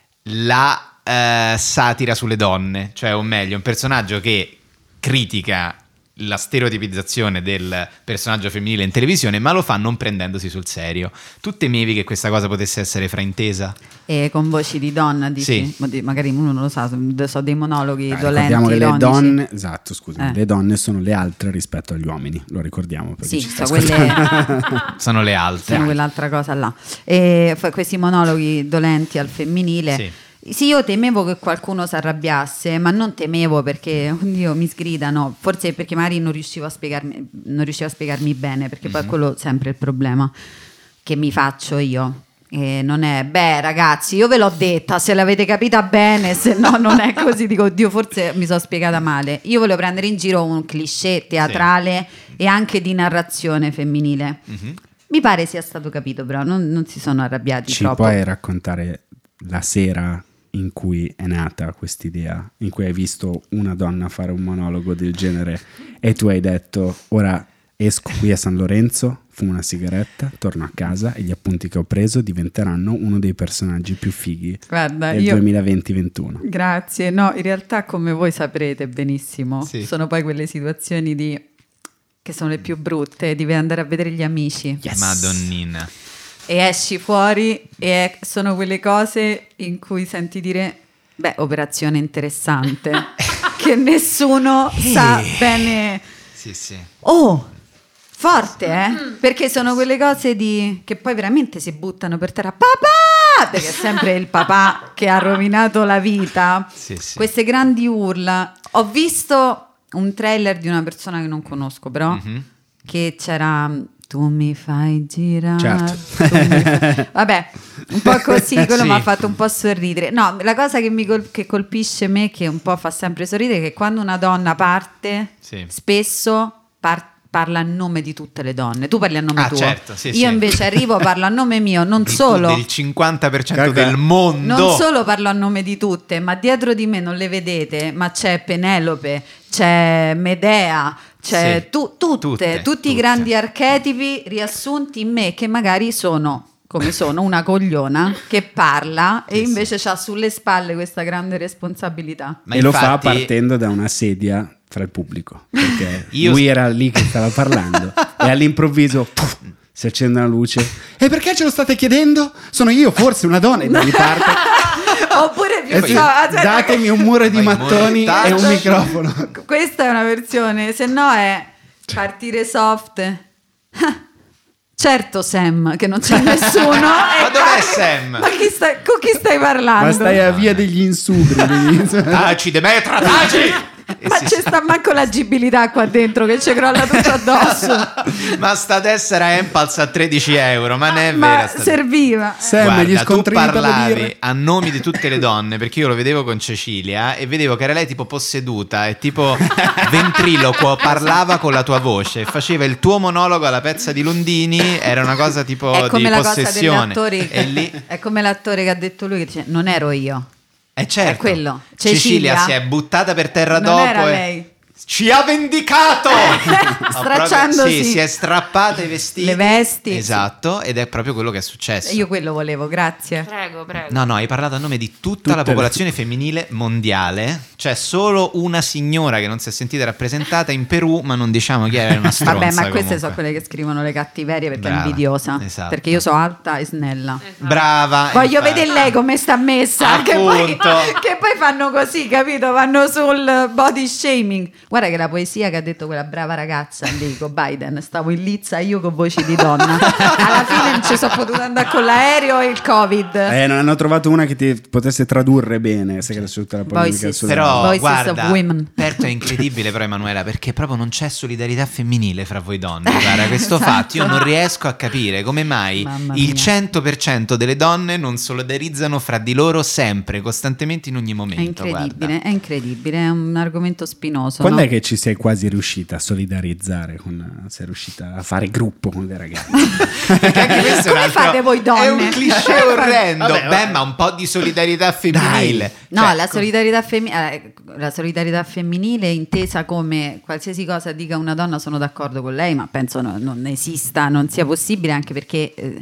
la eh, satira sulle donne, cioè o meglio, un personaggio che critica la stereotipizzazione del personaggio femminile in televisione, ma lo fa non prendendosi sul serio. Tu temevi che questa cosa potesse essere fraintesa? e con voci di donna dici? Sì. Ma di- magari uno non lo sa, so dei monologhi Ah, dolenti, ricordiamo che le ironici. donne, esatto, scusa, Eh. le donne sono le altre rispetto agli uomini, lo ricordiamo perché Sì, ci sta so quelle Sono le altre. sono quell'altra cosa là. E fa questi monologhi dolenti al femminile. Sì. Sì, io temevo che qualcuno si arrabbiasse, ma non temevo perché, oddio, mi sgridano, forse perché magari non riuscivo a spiegarmi, non riuscivo a spiegarmi bene, perché poi Mhm. quello è sempre il problema che mi faccio io. E non è, beh ragazzi, io ve l'ho detta, se l'avete capita bene, se no non è così. Dico, oddio, forse mi sono spiegata male. Io volevo prendere in giro un cliché teatrale e anche di narrazione femminile. Mhm. Mi pare sia stato capito, però non, non si sono arrabbiati Ci troppo. puoi raccontare la sera in cui è nata quest'idea, in cui hai visto una donna fare un monologo del genere e tu hai detto: ora esco qui a San Lorenzo, fumo una sigaretta, torno a casa e gli appunti che ho preso diventeranno uno dei personaggi più fighi Guarda, del io- duemilaventi ventuno. Grazie, no, in realtà come voi saprete benissimo, Sì. sono poi quelle situazioni di che sono le più brutte, devi andare a vedere gli amici Madonnina. e esci fuori e è- sono quelle cose in cui senti dire, beh, operazione interessante, che nessuno sa bene. Sì, sì. Oh, forte, eh? Perché sono quelle cose di che poi veramente si buttano per terra. Papà! Perché è sempre il papà che ha rovinato la vita. Sì, sì. Queste grandi urla. Ho visto un trailer di una persona che non conosco, però, Mhm. che c'era tu mi fai girare. Certo. tu mi fai-" Vabbè, un po' così, quello Sì. mi ha fatto un po' sorridere. No, la cosa che mi col- che colpisce me, che un po' fa sempre sorridere, è che quando una donna parte, Sì. spesso par- parla a nome di tutte le donne. Tu parli a nome Ah, tuo. certo, sì, Io sì. invece arrivo, parlo a nome mio, non Di- solo. del cinquanta per cento Caga. del mondo. Non solo parlo a nome di tutte, ma dietro di me non le vedete, ma c'è Penelope, c'è Medea, c'è Sì, tu- tutte, tutte, tutti tutte. i grandi archetipi riassunti in me, che magari sono, come sono, una cogliona che parla e Sì, invece ha sulle spalle questa grande responsabilità. Ma e lo fa infatti- partendo da una sedia fra il pubblico, perché Io- lui era lì che stava parlando e all'improvviso puff, si accende una luce. E perché ce lo state chiedendo? Sono io, forse una donna, e da lì parte. Oppure più Eh sì, no, aspetta, datemi un muro di Vai, mattoni montaggio. e un microfono. questa è una versione, se no è partire soft. Certo Sam, che non c'è nessuno. Ma E- dov'è Sam? Ma chi sta- con chi stai parlando? Ma stai a via degli insubri. degli- Taci, Demetra, taci! E Ma si- c'è sta manco l'agibilità qua dentro che ci crolla tutto addosso. Ma sta tessera Empals a tredici euro, ma non è Ma vera sta- serviva. Sam, Guarda, gli tu scontrini per le parlavi birre. a nomi di tutte le donne, perché io lo vedevo con Cecilia e vedevo che era lei tipo posseduta e tipo ventriloquo, parlava con la tua voce, faceva il tuo monologo alla pezza di Londini, era una cosa tipo È come di la cosa degli possessione. attori. E lì È come l'attore che ha detto lui che dice non ero io. è certo. È quello. Cecilia, Cecilia si è buttata per terra Non dopo era e lei. ci ha vendicato. Ha Stracciandosi. proprio- sì, si è strappata i vestiti. Le vesti. Esatto, ed è proprio quello che è successo. Io quello volevo, grazie. Prego, prego. No, no, hai parlato a nome di tutta Tutte la le- popolazione femminile mondiale. C'è solo una signora che non si è sentita rappresentata in Perù, ma non diciamo chi era, una stronza. Vabbè, ma queste comunque. sono quelle che scrivono le cattiverie perché Brava, è invidiosa. esatto. Perché io sono alta e snella. Brava. Voglio infatti. vedere lei come sta messa. Che poi, Appunto. che poi fanno così, capito? Vanno sul body shaming. Guarda che la poesia che ha detto quella brava ragazza, dico Biden, stavo in lizza io con voci di donna. Alla fine non ci sono potuta andare con l'aereo e il Covid. Eh, non hanno trovato una che ti potesse tradurre bene, se che era tutta la polemica Voices. sul- Però Voices guarda, of Women. Perto è incredibile però Emanuela, perché proprio non c'è solidarietà femminile fra voi donne. Guarda, questo Esatto. fatto io non riesco a capire come mai Mamma il mia. cento per cento delle donne non solidarizzano fra di loro sempre, costantemente, in ogni È momento. incredibile, guarda. è incredibile, è un argomento spinoso. Quando no? è che ci sei quasi riuscita a solidarizzare con, sei riuscita a fare gruppo con le ragazze? Perché anche questo è un Come altro- fate voi donne? È un cliché orrendo. Vabbè, vabbè. Beh, ma un po' di solidarietà femminile. No, Cioè, la solidarietà, femmi- eh, la solidarietà femminile intesa come qualsiasi cosa dica una donna sono d'accordo con lei, ma penso no- non esista, non sia possibile, anche perché eh,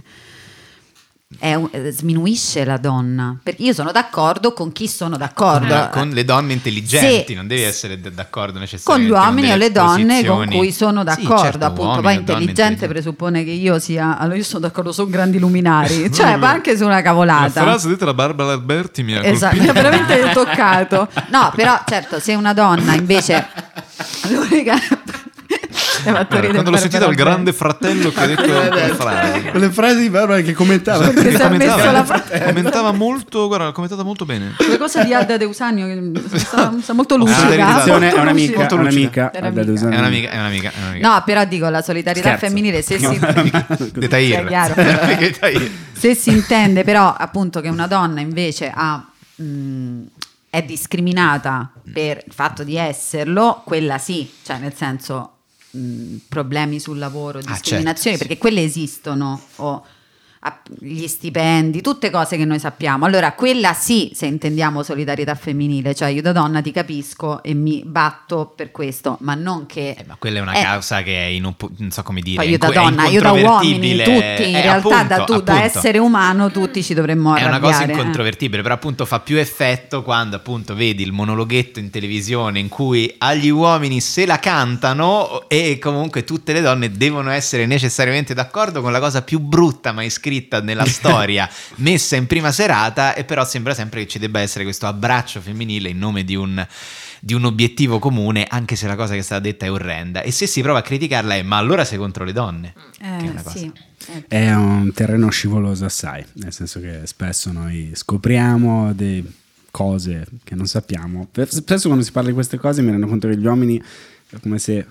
è un- eh, sminuisce la donna. Perché io sono d'accordo con chi sono d'accordo. con, con le donne intelligenti, Se- non devi essere d- d'accordo con necessariamente gli uomini o delle le donne posizioni. con cui sono Sì, d'accordo, certo, appunto. uomini Poi o donne intelligente intelligenti. presuppone che io sia. Allora, io sono d'accordo, sono grandi luminari, cioè, ma anche su una cavolata. detta da Barbara Alberti mi ha Esatto, mi ha veramente toccato. No, però certo, se una donna invece l'unica fatto Quando l'ho sentita il grande fratello che ha detto quelle frasi. Quelle frasi di Barbara che commentava. Perché si è messo la commentava, commentava molto, guarda, l'ha commentata molto bene. Le cose di Alda De Usanio che sta, sta molto lucida. Attenzione, è Molto un'amica, lucida. è un'amica. Era Alda amica. De Usanio. È un'amica, è un'amica, è un'amica. No, però dico la solidarietà Scherzo. femminile se si, De Tahir. È chiaro. De Tahir. se si intende però appunto che una donna invece ha, mh, è discriminata per il fatto di esserlo, quella sì, cioè nel senso mh, problemi sul lavoro, certo, discriminazioni, sì, sì. perché quelle esistono, o a- gli stipendi, tutte cose che noi sappiamo. Allora quella sì, se intendiamo solidarietà femminile, cioè io da donna ti capisco e mi batto per questo, ma non che Eh, ma quella è una Eh, causa che è inoppo- non so come dire. poi è io da inco- è donna, io da uomini, incontrovertibile. tutti, in Eh, realtà appunto, da, tu, da appunto. essere umano tutti ci dovremmo È arrabbiare. una cosa eh. incontrovertibile, però appunto fa più effetto quando appunto vedi il monologhetto in televisione in cui agli uomini se la cantano e comunque tutte le donne devono essere necessariamente d'accordo con la cosa più brutta mai scritta nella storia messa in prima serata, e però sembra sempre che ci debba essere questo abbraccio femminile in nome di un, di un obiettivo comune, anche se la cosa che è stata detta è orrenda, e se si prova a criticarla è ma allora sei contro le donne. Eh, che è una cosa. sì. Eh, È un terreno scivoloso assai, nel senso che spesso noi scopriamo delle cose che non sappiamo. Spesso quando si parla di queste cose mi rendo conto che gli uomini è come se...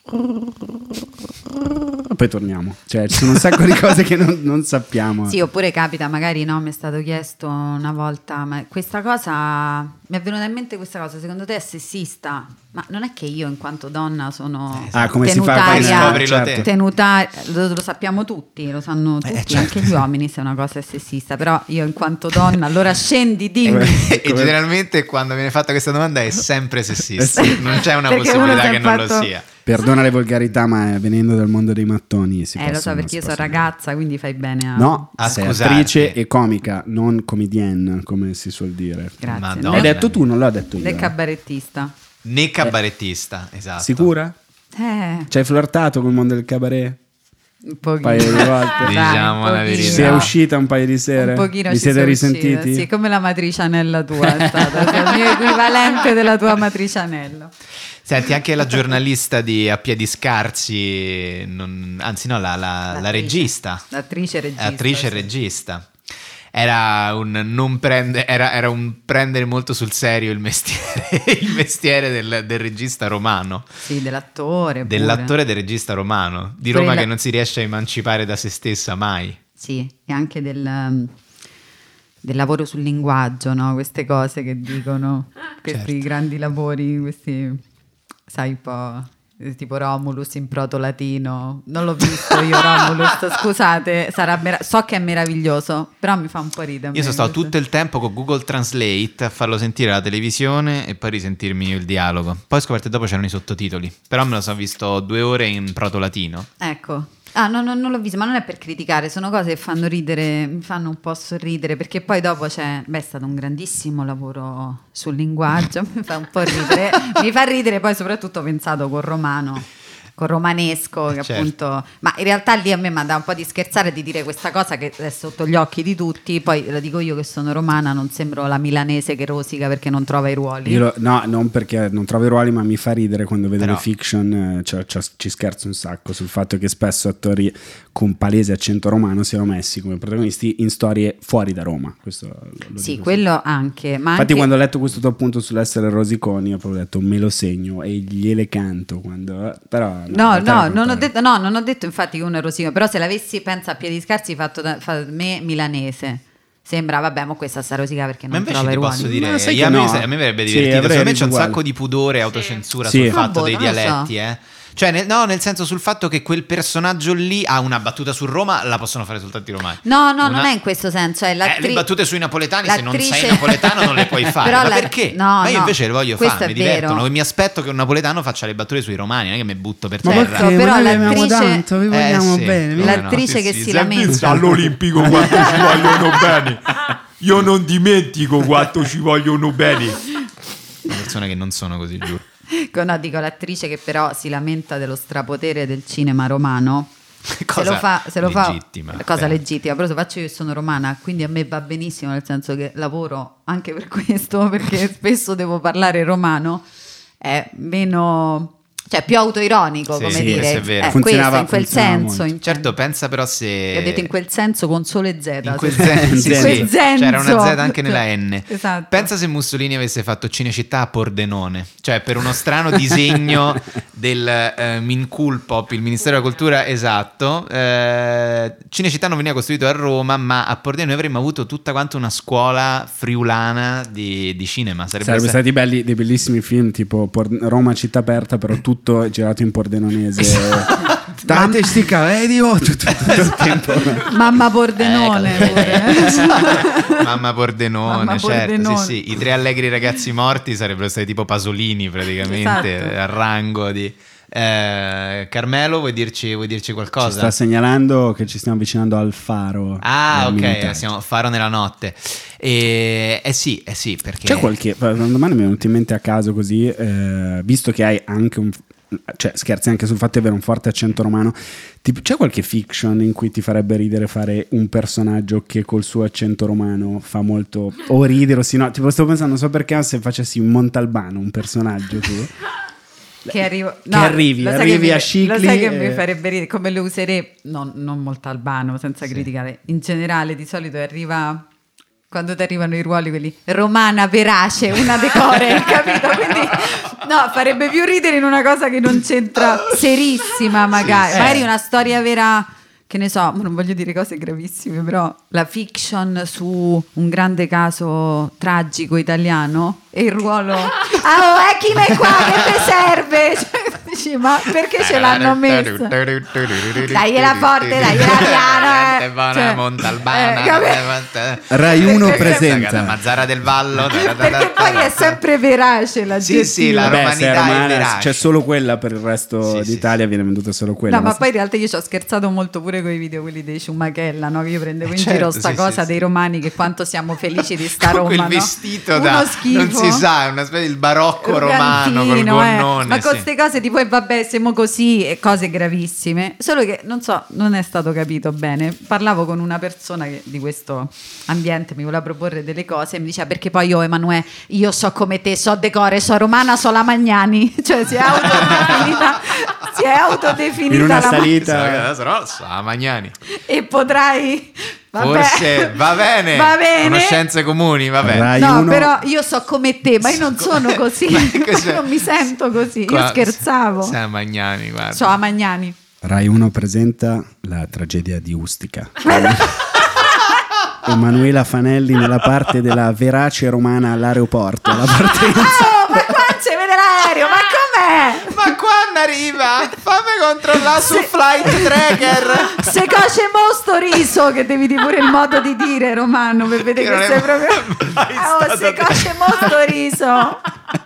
poi torniamo, cioè ci sono un sacco di cose che non, non sappiamo. Sì, oppure capita, magari no, mi è stato chiesto una volta, ma questa cosa, mi è venuta in mente questa cosa, secondo te è sessista? Ma non è che io in quanto donna sono Ah, come si fa a tenutaria, Scoprilo te. tenuta- lo, lo sappiamo tutti, lo sanno tutti, certo. anche gli uomini se una cosa è sessista, però io in quanto donna, allora scendi, dimmi. E generalmente quando viene fatta questa domanda è sempre sessista, Eh sì. non c'è una Perché possibilità uno si che è non fatto- lo sia. Perdona le volgarità, ma venendo dal mondo dei mattoni si Eh, lo so possono- perché si io sono possono- ragazza, quindi fai bene a... No, a sei scusarti. attrice e comica, non comedienne, come si suol dire. Grazie. Madonna. L'hai detto tu, non l'ho detto io. Del eh. cabarettista. Né cabarettista, esatto. Sicura? Eh, Ci hai flirtato col mondo del cabaret? un pochino. paio di volte. Dai, Diciamo un la pochino. verità. Si è uscita un paio di sere? Un pochino Vi ci siete sono risentiti? uscita, sì, come la matricianella tua è stata, cioè il mio equivalente della tua matricianella. Senti, anche la giornalista di A Piedi Scarsi, non- anzi no, la, la- la L'attrice. regista, L'attrice e regista. attrice e sì. regista. Era un, non prende, era, era un prendere molto sul serio il mestiere, il mestiere del, del regista romano, Sì, dell'attore. pure. dell'attore e del regista romano, di Pure Roma la- che non si riesce a emancipare da se stessa mai. Sì, e anche del, um, del lavoro sul linguaggio, no? Queste cose che dicono, questi Certo. grandi lavori, questi, sai, un po'... tipo Romulus in proto-latino. Non l'ho visto io Romulus, scusate, sarà mera- so che è meraviglioso, però mi fa un po' ridere. Io sono stato tutto il tempo con Google Translate a farlo sentire alla televisione e poi risentirmi io il dialogo. Poi ho scoperto che dopo c'erano i sottotitoli, però me lo sono visto due ore in proto-latino. Ecco. Ah, no, no, non l'ho visto, ma non è per criticare, sono cose che fanno ridere, mi fanno un po' sorridere, perché poi dopo c'è, beh, è stato un grandissimo lavoro sul linguaggio, mi fa un po' ridere, mi fa ridere poi soprattutto pensato col romano, col romanesco, che Certo. appunto, ma in realtà lì a me manda un po' di scherzare e di dire questa cosa che è sotto gli occhi di tutti, poi la dico io che sono romana, non sembro la milanese che rosica perché non trova i ruoli. Io lo- no, non perché non trovo i ruoli, ma mi fa ridere quando vedo Però- le fiction, eh, cioè, cioè, ci scherzo un sacco sul fatto che spesso attori con palese accento romano siano messi come protagonisti in storie fuori da Roma. Questo lo- lo Sì, dico quello anche, ma Infatti anche... quando ho letto questo tuo appunto sull'essere rosiconi ho proprio detto me lo segno e gliele canto quando... però No, in realtà no, era non ho contrario. detto, no, non ho detto infatti che uno è rosino, però se l'avessi, pensa a piedi scarsi, fatto da fa me milanese. Sembra, vabbè, ma questa sta rosica perché Ma non invece trova i ti ruoli. posso dire, Ma sai io- che a, me, no. a me verrebbe Sì, divertito, avrei secondo me c'è un uguale. sacco di pudore e autocensura Sì. sul fatto Ah, boh, dei non lo so. dialetti, eh. Cioè, nel- no, nel senso sul fatto che quel personaggio lì ha una battuta su Roma, la possono fare soltanto i romani. No, no, Una- non è in questo senso, è Eh, l'attri- le battute sui napoletani, se non l'attrice- sei napoletano non le puoi fare. Però Ma la- perché? no, Ma io no, invece le voglio questo fare, è mi divertono. vero. E mi aspetto che un napoletano faccia le battute sui romani, non è che mi butto per Ma terra. Certo, perché? però Ma noi amiamo l'attrice- tanto, vi Eh, vogliamo sì. bene. Come no? l'attrice Sì, che sì, si sì. lamenta. all'Olimpico quanto ci vogliono bene. Io non dimentico quanto ci vogliono bene. Persone che non sono così, giuro. No, dico l'attrice che però si lamenta dello strapotere del cinema romano. Cosa se lo fa, se lo legittima, fa cosa però. legittima, però se faccio io sono romana, quindi a me va benissimo, nel senso che lavoro anche per questo, perché spesso devo parlare romano, è meno Cioè più autoironico, Sì, come sì, dire. questo è vero. Eh, Funzionava- questo, in quel funzionava senso. molto. in- Certo, pensa però se... Ho detto in quel senso con solo Z. In quel se- senso, sì, In sì. quel senso. C'era una Z anche nella Cioè, N. esatto. Pensa se Mussolini avesse fatto Cinecittà a Pordenone, cioè per uno strano disegno del eh, Minculpop, il Ministero della Cultura, esatto. Eh, Cinecittà non veniva costruito a Roma, ma a Pordenone avremmo avuto tutta quanta una scuola friulana di, di cinema. Sarebbe, Sarebbe stato- stati belli, dei bellissimi film tipo Por- Roma città aperta, però tutto girato in pordenonese. Tante sti cavedi, oh, tutto, tutto il tempo. Mamma Pordenone Eh, pure. Mamma Pordenone, Mamma certo, Pordenone. sì, sì. I tre allegri ragazzi morti sarebbero stati tipo Pasolini praticamente, Esatto. al rango di... Eh, Carmelo, vuoi dirci, vuoi dirci Ci qualcosa? sta segnalando che ci stiamo avvicinando al faro. Ah, del ok, minutaggio. siamo faro nella notte. E, eh sì, eh sì, perché... C'è qualche. Domani mi è venuto in mente a caso così, eh, visto che hai anche un. Cioè, scherzi anche sul fatto di avere un forte accento romano. Tipo, c'è qualche fiction in cui ti farebbe ridere fare un personaggio che col suo accento romano fa molto. O ridere o sì, no. Tipo, sto pensando, non so perché, se facessi un Montalbano, un personaggio tu. Che, arrivo, Che arrivi, lo sai arrivi che mi- a Scicli Lo sai che e- mi farebbe ridere, come lo userei, non, non molto albano, senza criticare. In generale, di solito arriva, quando ti arrivano i ruoli quelli, romana, verace, una decore, capito? Quindi, no, farebbe più ridere in una cosa che non c'entra, serissima magari. Sì, sì. Magari una storia vera, che ne so, non voglio dire cose gravissime, però la fiction su un grande caso tragico italiano e il ruolo... Ah, oh, è chi me qua che ti serve? Cioè, dici, ma perché ce l'hanno messo? Dagliela forte, dagliela piano, eh. Buona Cioè, Montalbana, eh, capito? Rai uno Perché- presenta. Mazzara del Vallo. Perché poi è sempre verace la Sì, sì, la Vabbè, se è romanità è romana, verace. c'è solo quella per il resto Sì, sì, d'Italia, viene venduta solo quella. No, ma poi in realtà io ci ho scherzato molto pure con i video quelli dei Ciumachella, no? Che io prendevo in Certo, giro sta sì, cosa sì, dei sì. romani, che quanto siamo felici di sta Con Roma, quel no? vestito Uno da schifo. non si sa, è una specie di barocco romano col Gantino, eh. gonnone. Ma con sì. queste cose tipo, e vabbè, siamo così, e cose gravissime. Solo che non so, non è stato capito bene. Parlavo con una persona che di questo ambiente mi voleva proporre delle cose e mi diceva: perché poi io, Emanuele, io so come te, so decore, so romana, so la Magnani. Cioè si è autodefinita, si è autodefinita In una la salita. Adesso no, sa Magnani. e potrai vabbè, Forse va bene. va bene. Conoscenze comuni, va bene. Rai No, uno- però io so come te, ma io non sono così. Ma cos'è? Non mi sento così. Qua- Io scherzavo. Sa Magnani, guarda. So a Magnani. Rai uno presenta la tragedia di Ustica. Emanuela Fanelli nella parte della verace romana all'aeroporto. La partenza. Oh, ma qua si vede l'aereo, ma com'è? Ma quando arriva? Fammi controllare su Se- Flight Tracker. Se coce mo sto riso, che devi dire pure il modo di dire romano per vedere Che non che è sei proprio. mai Ah, oh, stato se coce mo sto riso.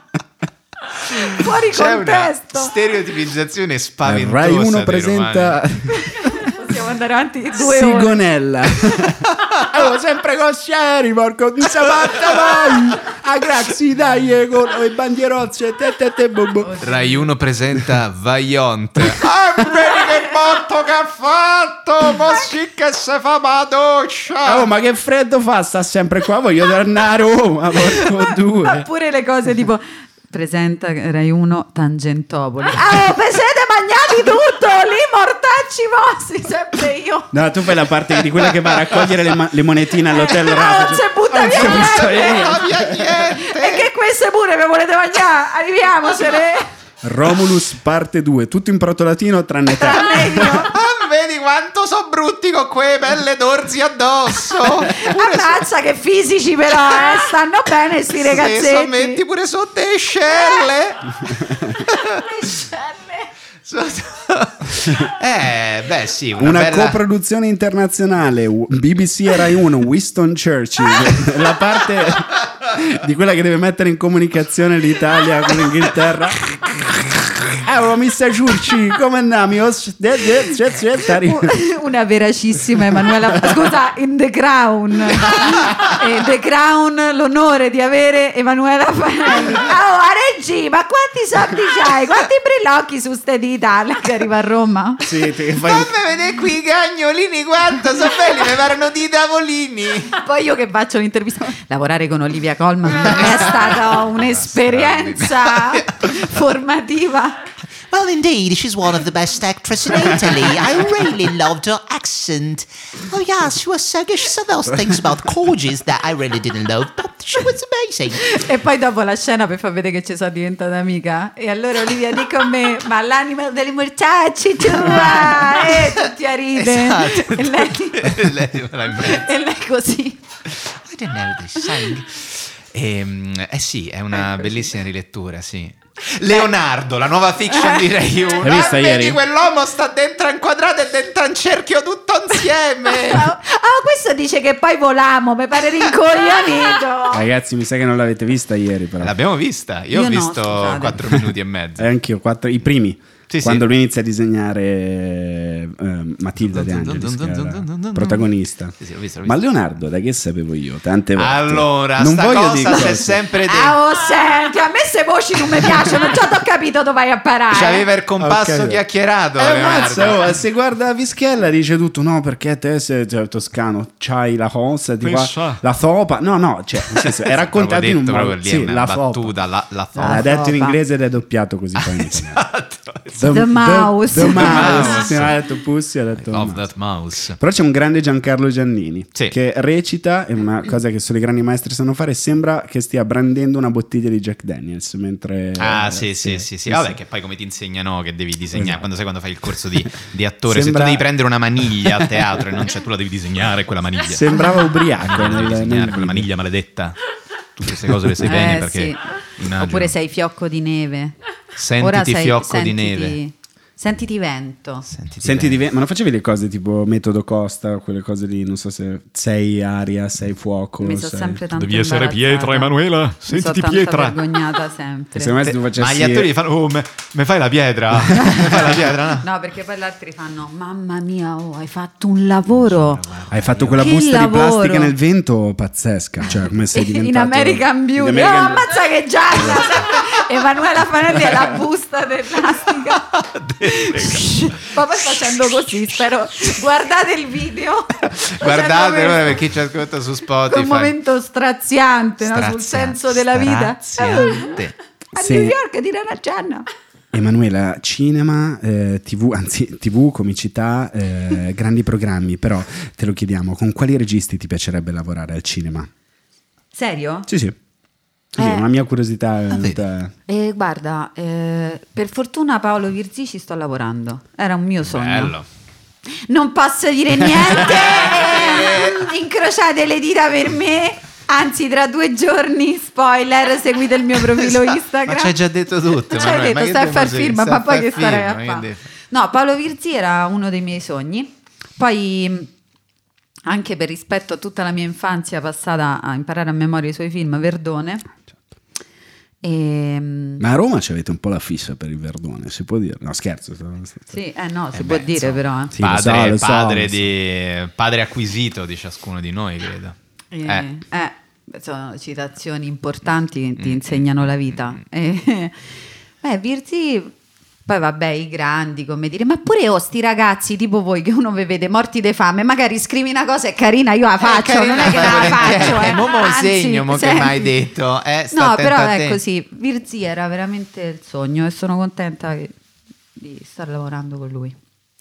Fuori C'è una contesto. stereotipizzazione spaventosa. Rai uno dei presenta Possiamo andare avanti due ore. Sigonella. Oh, sempre con Scieri, porco, non si fatta mai. A grazie, dai, con le bandierozze. Te, te, te, bo, bo. romani. Rai uno presenta Vaillant. Ah, vedi che botto che ha fatto! Ma sì che si fa ma doccia! Oh, ma che freddo fa, sta sempre qua, voglio tornare a Roma, porco due. Oppure le cose tipo presenta Rai uno Tangentopoli. Ah, oh, vi siete mangiati tutto lì, mortacci vostri, sempre io. No, tu fai la parte di quella che va a raccogliere le, ma- le monetine all'hotel Ah, Rafa. non si butta Non via si butta niente. via Non niente. via niente! E che queste pure vi volete mangiare? Arriviamocene. Romulus parte due, tutto in proto-latino tranne te. Tranne io. Ah, vedi quanto so brutti con quelle pelle d'orzi addosso! Ammazza che fisici però, eh. Stanno bene sti Se ragazzetti. sommetti pure sotto le scelle! Le scelle. Eh, beh sì, una, Una bella... coproduzione internazionale, B B C e Rai uno, Winston Churchill, la parte di quella che deve mettere in comunicazione l'Italia con l'Inghilterra. Oh, mister Churchill, come andiamo? Una veracissima Emanuela. Scusa, in The Crown. E The Crown, l'onore di avere Emanuela Fanelli. Oh, a Reggi, ma quanti soldi c'hai? Quanti brillocchi su ste dita? Lei che arriva a Roma. Sì, ti fai... Fammi vedere qui i cagnolini quanto sono belli, mi parlano di tavolini. Poi io che faccio l'intervista, lavorare con Olivia Colman per me è stata un'esperienza formativa. Well, indeed, she's one of the best actresses in Italy. I really loved her accent. Oh, yes, she was so good. She said those things about corgis that I really didn't love, but she was amazing. E poi dopo la scena per far vedere che ci sono diventata amica. E allora Olivia di con me, ma l'anima delle mortacci tua! E tutti a ridere. Esatto. E lei, lei e lei così. I didn't know this song. Ehm, eh sì, è una bellissima rilettura, sì. Leonardo, la nuova fiction di Rai uno. L'hai vista Ah, ieri? vedi, quell'uomo sta dentro un quadrato e dentro un cerchio tutto insieme. Ah, questo dice che poi volamo, mi pare rincoglionito. Ragazzi, mi sa che non l'avete vista ieri, però. L'abbiamo vista. Io, Io ho no, visto scusate. quattro minuti e mezzo. E anch'io, quattro, i primi. Sì, Quando sì. lui inizia a disegnare eh, Matilda De Angelis, che è la protagonista. Sì, sì, l'ho visto, l'ho Ma visto. Leonardo, da che sapevo io? Tante volte. Allora, non sta voglio cosa dire si è cose. sempre detto. Ah, oh, senti, a me queste voci non mi piacciono, già t'ho capito dove vai a parare. C'aveva il compasso Ok. chiacchierato. Eh, Leonardo. mazza, oh, se guarda Vischella dice tutto, no, perché te sei cioè, toscano, c'hai la cosa, ti fa, la sopa. No, no, cioè, nel senso, è raccontato in un detto modo. proprio lì, Sì, una la sopa. battuta, la, la Ah, ha sopa. detto in Sopa. inglese ed è doppiato così poi in italiano. Esatto. The mouse. The, the mouse. mouse. Sì, non ha detto Pussy, ha detto Love mouse. that mouse. Però c'è un grande Giancarlo Giannini Sì. che recita, è una cosa che solo i grandi maestri sanno fare, sembra che stia brandendo una bottiglia di Jack Daniels mentre Ah, eh, sì, sì, sì, sì. Vabbè, che poi come ti insegnano che devi disegnare Esatto. quando sai quando fai il corso di, di attore, Sembra- se tu devi prendere una maniglia a teatro e non c'è, tu la devi disegnare quella maniglia. sembrava ubriaco La devi nel, disegnare nel quella video. maniglia maledetta. Tutte queste cose le sai bene Eh, perché sì. immagino. Oppure sei fiocco di neve. Sentiti Ora sei- fiocco di sentiti- neve. Sentiti vento. Sentiti Senti, bene. dive- ma non facevi le cose tipo metodo Costa, quelle cose lì, non so se sei aria, sei fuoco. Mi sono sei... sempre tanto Devi essere imbarazzata. Pietra, Emanuela. Mi Sentiti sono tanto Pietra. vergognata sempre. Secondo me se tu Ma facessi gli attori fanno oh, me, me fai la pietra. Me fai la pietra, no? No, perché poi gli altri fanno mamma mia, oh, hai fatto un lavoro. hai fatto quella Che busta lavoro! di plastica nel vento pazzesca, cioè come sei diventato In American Beauty. In American Oh, ammazza che gialla! Emanuela Fanelli è la busta di plastica. Ma poi facendo così, spero guardate il video. Guardate Facendo ora questo. per chi ci ascolta su Spotify. Quel momento straziante, no? sul Straziante, senso della vita. straziante. A Sì. New York di Rana Gianna. Emanuela, cinema, eh, tv, anzi tv, comicità, eh, grandi programmi, però te lo chiediamo, con quali registi ti piacerebbe lavorare al cinema? Serio? Sì, sì. Così, Eh. una mia curiosità. è vedi. venuta- Eh, guarda, eh, per fortuna Paolo Virzì ci sto lavorando. Era un mio sogno. Bello. Non posso dire niente. Eh, Incrociate le dita per me. Anzi, tra due giorni, spoiler, seguite il mio profilo Instagram. Ma ci hai già detto tutto. Ci hai Emanuele, ma detto, che stai a far devo firma, dire? ma poi Stai che a starai a firma, che fare? devi- No, Paolo Virzì era uno dei miei sogni. Poi, anche per rispetto a tutta la mia infanzia passata a imparare a memoria i suoi film, Verdone. E, Ma a Roma c'avete un po' la fissa per il Verdone, si può dire? No, scherzo. sto- sto- sì, eh no, si Eh può beh, dire insomma. però. Eh. Sì, lo Padre, so, lo so, padre, lo so. di, padre acquisito di ciascuno di noi, credo. Eh, Eh. eh, sono citazioni importanti che ti insegnano la vita. Eh, beh, Virzì, poi vabbè, i grandi, come dire, ma pure oh, sti ragazzi tipo voi che uno vi vede morti di fame, magari scrivi una cosa è carina, io la faccio, carina, non è che non la faccio. Eh. mo me lo Anzi, segno, mo che senti. m'hai detto. Eh, sta No, attento però a te. è così, Virzì era veramente il sogno e sono contenta che- di stare lavorando con lui.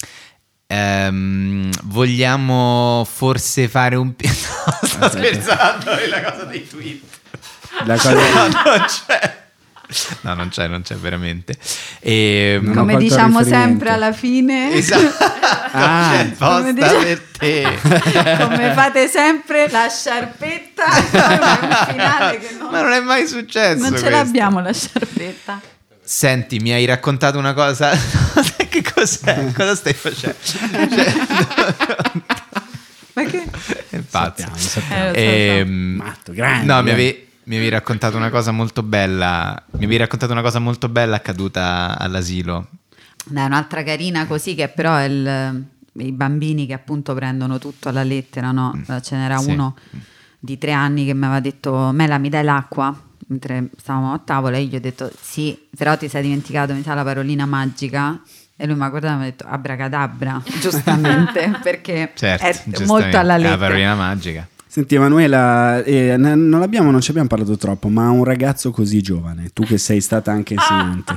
Ehm, vogliamo forse fare un... pi- No, sto scherzando, è la cosa dei tweet. La cosa- No, non c'è. No, non c'è, non c'è veramente. E, Non ho Come colto il diciamo riferimento. sempre alla fine, esatto, Ah, c'è posta come dice- per te. come fate sempre, la sciarpetta, poi un finale che non, Ma non è mai successo non ce questo. l'abbiamo la sciarpetta. Senti, mi hai raccontato una cosa. Che cos'è? Cosa stai facendo? Cioè, Ma che? è pazzo. Sappiamo, sappiamo. Eh, lo so, Ehm, Matto, grande, no, mi grande. avevi, mi avevi raccontato una cosa molto bella. Mi avevi raccontato una cosa molto bella accaduta all'asilo. Dai, un'altra carina così che però è il, i bambini che appunto prendono tutto alla lettera, no? Ce n'era Sì. uno di tre anni che mi aveva detto Mela mi dai l'acqua? Mentre stavamo a tavola e io gli ho detto sì, però ti sei dimenticato, mi sa la parolina magica. E lui mi ha guardato e mi ha detto abracadabra, giustamente, perché Certo, è giustamente, molto alla è la lettera. parolina magica. Senti Emanuela, eh, n- non, abbiamo, non ci abbiamo parlato troppo, ma un ragazzo così giovane, tu che sei stata anche insegnante,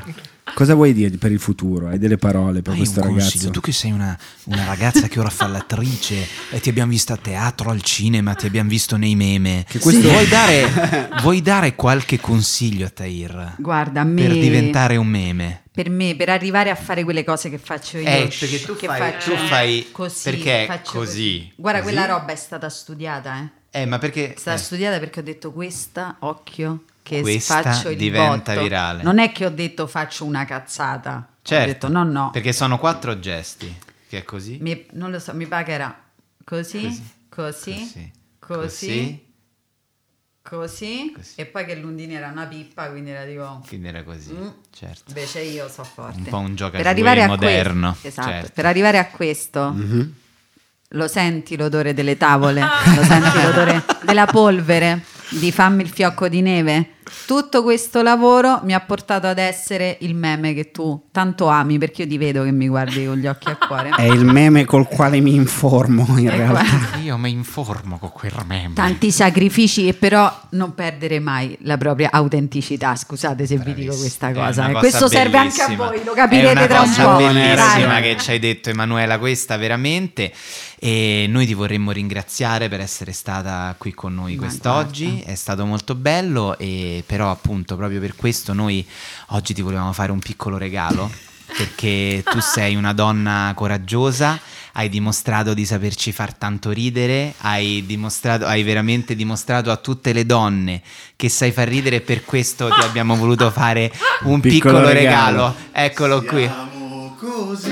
Cosa vuoi dire per il futuro? Hai delle parole per Hai questo un ragazzo? consiglio, tu che sei una, una ragazza che ora fa l'attrice e ti abbiamo visto a teatro, al cinema, ti abbiamo visto nei meme. Che questo- Vuoi, dare, vuoi dare qualche consiglio a Tahir Guarda, a me, per diventare un meme? per me, per arrivare a fare quelle cose che faccio io, Eh, perché tu che fai- faccio tu fai- così, perché faccio così? Guarda, Così? quella roba è stata studiata, eh. Eh, ma perché... È stata eh. studiata perché ho detto questa, occhio, che Questa faccio il diventa botto. virale. Non è che ho detto faccio una cazzata. Certo, Ho detto no, no. perché sono quattro gesti, che è così, Mi- non lo so, mi pare che era così, Così. così, Così. così, così, Così. e poi che l'undine era una pippa, quindi era tipo... quindi era così, Mm. certo. Invece io so forte. Un po' un gioca per a arrivare a moderno, questo, esatto, certo. per arrivare a questo, Mhm. lo senti l'odore delle tavole, lo senti l'odore della polvere, di fammi il fiocco di neve. Tutto questo lavoro mi ha portato ad essere il meme che tu tanto ami, perché io ti vedo che mi guardi con gli occhi a cuore. È il meme col quale mi informo in E realtà. guarda, Io mi informo con quel meme. tanti sacrifici e però non perdere mai la propria autenticità. Scusate se vi dico questa È cosa. una eh. cosa Questo serve anche a bellissima. voi, lo capirete È una tra un cosa po'. bellissima Dai. che ci hai detto, Emanuela, questa veramente. E noi ti vorremmo ringraziare per essere stata qui con noi Ma quest'oggi. guarda. È stato molto bello, e però appunto proprio per questo noi oggi ti volevamo fare un piccolo regalo, perché tu sei una donna coraggiosa, hai dimostrato di saperci far tanto ridere, hai dimostrato, hai veramente dimostrato a tutte le donne che sai far ridere, e per questo ti abbiamo voluto fare un piccolo, Piccolo regalo. regalo. Eccolo qui. Siamo così.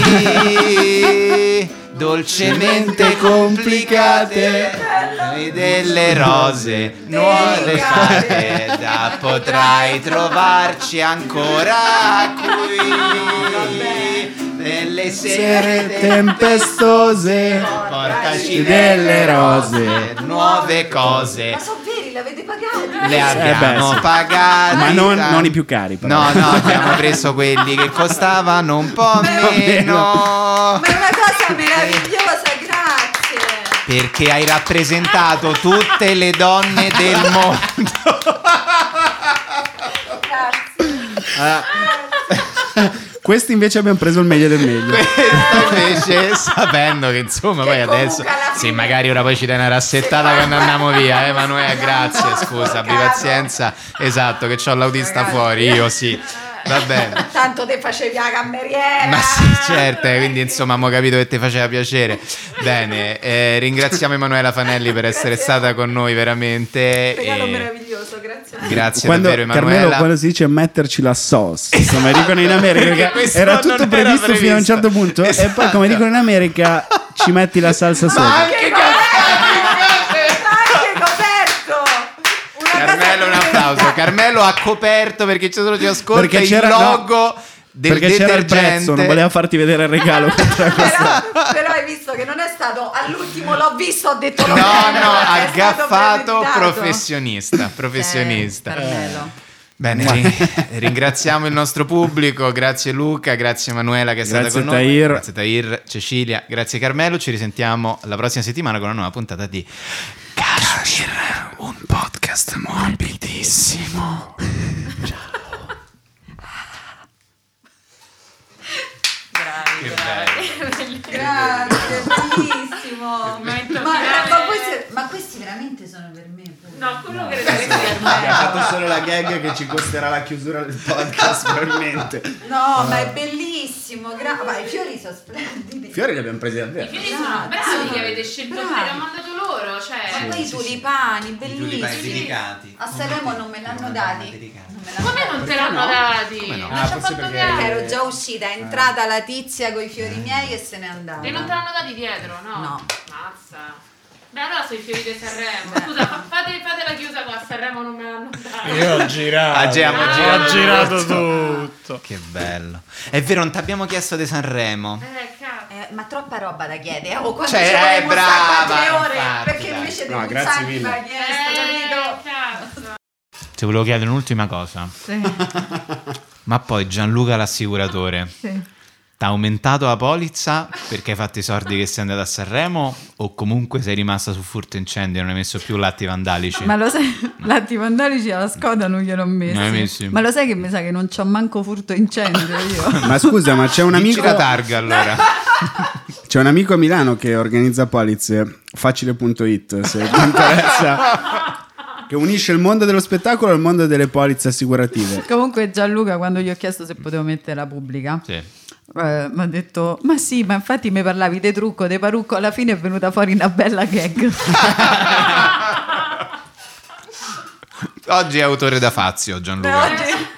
Sì, dolcemente complicate, noi delle rose nuove fate, da potrai trovarci ancora qui. Nelle Sere sere tempestose, portaci delle rose. nuove cose. Ma sono veri, l'avete pagati? Le abbiamo Eh beh, sì. pagate. Ma non, tanto. non i più cari, però. No, no, abbiamo preso quelli che costavano un po' meno. Ma è una cosa meravigliosa, grazie. Perché hai rappresentato tutte le donne del mondo. Questi invece abbiamo preso il meglio del meglio. Questa invece, sapendo che insomma Che poi adesso, comunque alla sì, fine- magari ora poi ci dai una rassettata quando andiamo via, eh, Emanuele, grazie, scusa, abbi pazienza, esatto, che c'ho l'autista fuori, io sì, va bene. Tanto te facevi la cameriera. Ma sì, certo, eh, quindi insomma abbiamo capito che ti faceva piacere. Bene, eh, ringraziamo Emanuela Fanelli per essere stata con noi veramente. Regalo e- meraviglioso, grazie. Grazie Quando, davvero Carmelo, Emanuela. quando si dice metterci la sauce, come dicono in America, Perché questo era non tutto era previsto fino a un certo previsto. punto, e poi, come dicono in America, ci metti la salsa sopra. anche Anche coperto. Una Carmelo, un cosa applauso. Carmelo ha coperto, perché c'è solo ti ascolta, Perché il c'era- logo del Perché c'era il detergente. prezzo, non voleva farti vedere il regalo. però, però hai visto che non è stato all'ultimo l'ho visto, ho detto No, lo no, prendo, è ha stato gaffato premeditato. professionista, professionista. Eh, Carmelo. Bene, ri- ringraziamo il nostro pubblico, grazie Luca, grazie Emanuela che è stata Grazie con noi, Tahir. grazie Tahir, Cecilia, grazie Carmelo, ci risentiamo la prossima settimana con una nuova puntata di Kashmir, un podcast morbidissimo. Che bello. Grazie, bellissimo. Ma, Momento ma, finale. ma questi, ma questi veramente sono per me. pure. No, quello credo che sia Ha ormai. fatto solo la gag che ci costerà la chiusura del podcast, probabilmente. No, ma è bellissimo. Gra- ma i fiori sono splendidi. I fiori li abbiamo presi I davvero. fiori sono bravi che avete scelto Bravi. voi, l'hanno mandato loro, Ma cioè. poi i tulipani, tulipani bellissimi. dedicati. A Sanremo non me l'hanno dati. dedicati. Non me l'hanno Come dati. non te l'hanno dati? Come no? Ma Ah, ci ha forse fatto perché- piacere. Perché ero già uscita, è entrata la tizia con i fiori miei e se n'è andata. E non te l'hanno dati dietro, no? No. Mazza. Beh, allora sono i fiori di Sanremo. Scusa, fa- fate, fate la chiusa qua, a Sanremo non me l'hanno data. Io ho girato. Ah, già, ma Ah. girato Ho girato tutto. Che bello. È vero, non ti abbiamo chiesto di Sanremo. Eh, cazzo. Eh, ma troppa roba da chiedere. Oh, quando Cioè, ci volevo eh, un sacco brava, altre ore, infatti, perché dai. invece No, devo grazie un sacco mille. mi ha chiesto, capito? Eh, cazzo. Ti volevo chiedere un'ultima cosa. Sì, Ma poi Gianluca l'assicuratore sì. t'ha aumentato la polizza perché hai fatto i soldi che sei andato a Sanremo o comunque sei rimasta su furto incendio e non hai messo più latti vandalici? Ma lo sai, latti vandalici alla Skoda non gliel'ho messi. Non hai messi? Ma lo sai che mi sa che non c'ho manco furto incendio io. Ma scusa, ma c'è un Dici amico la targa allora. C'è un amico a Milano che organizza polizie, facile punto it se ti interessa, che unisce il mondo dello spettacolo al mondo delle polizze assicurative. Comunque Gianluca, quando gli ho chiesto se potevo mettere la pubblica, Sì. eh, mi ha detto ma sì, ma infatti mi parlavi di trucco, di parrucco, alla fine è venuta fuori una bella gag. Oggi è autore da Fazio Gianluca. Oggi-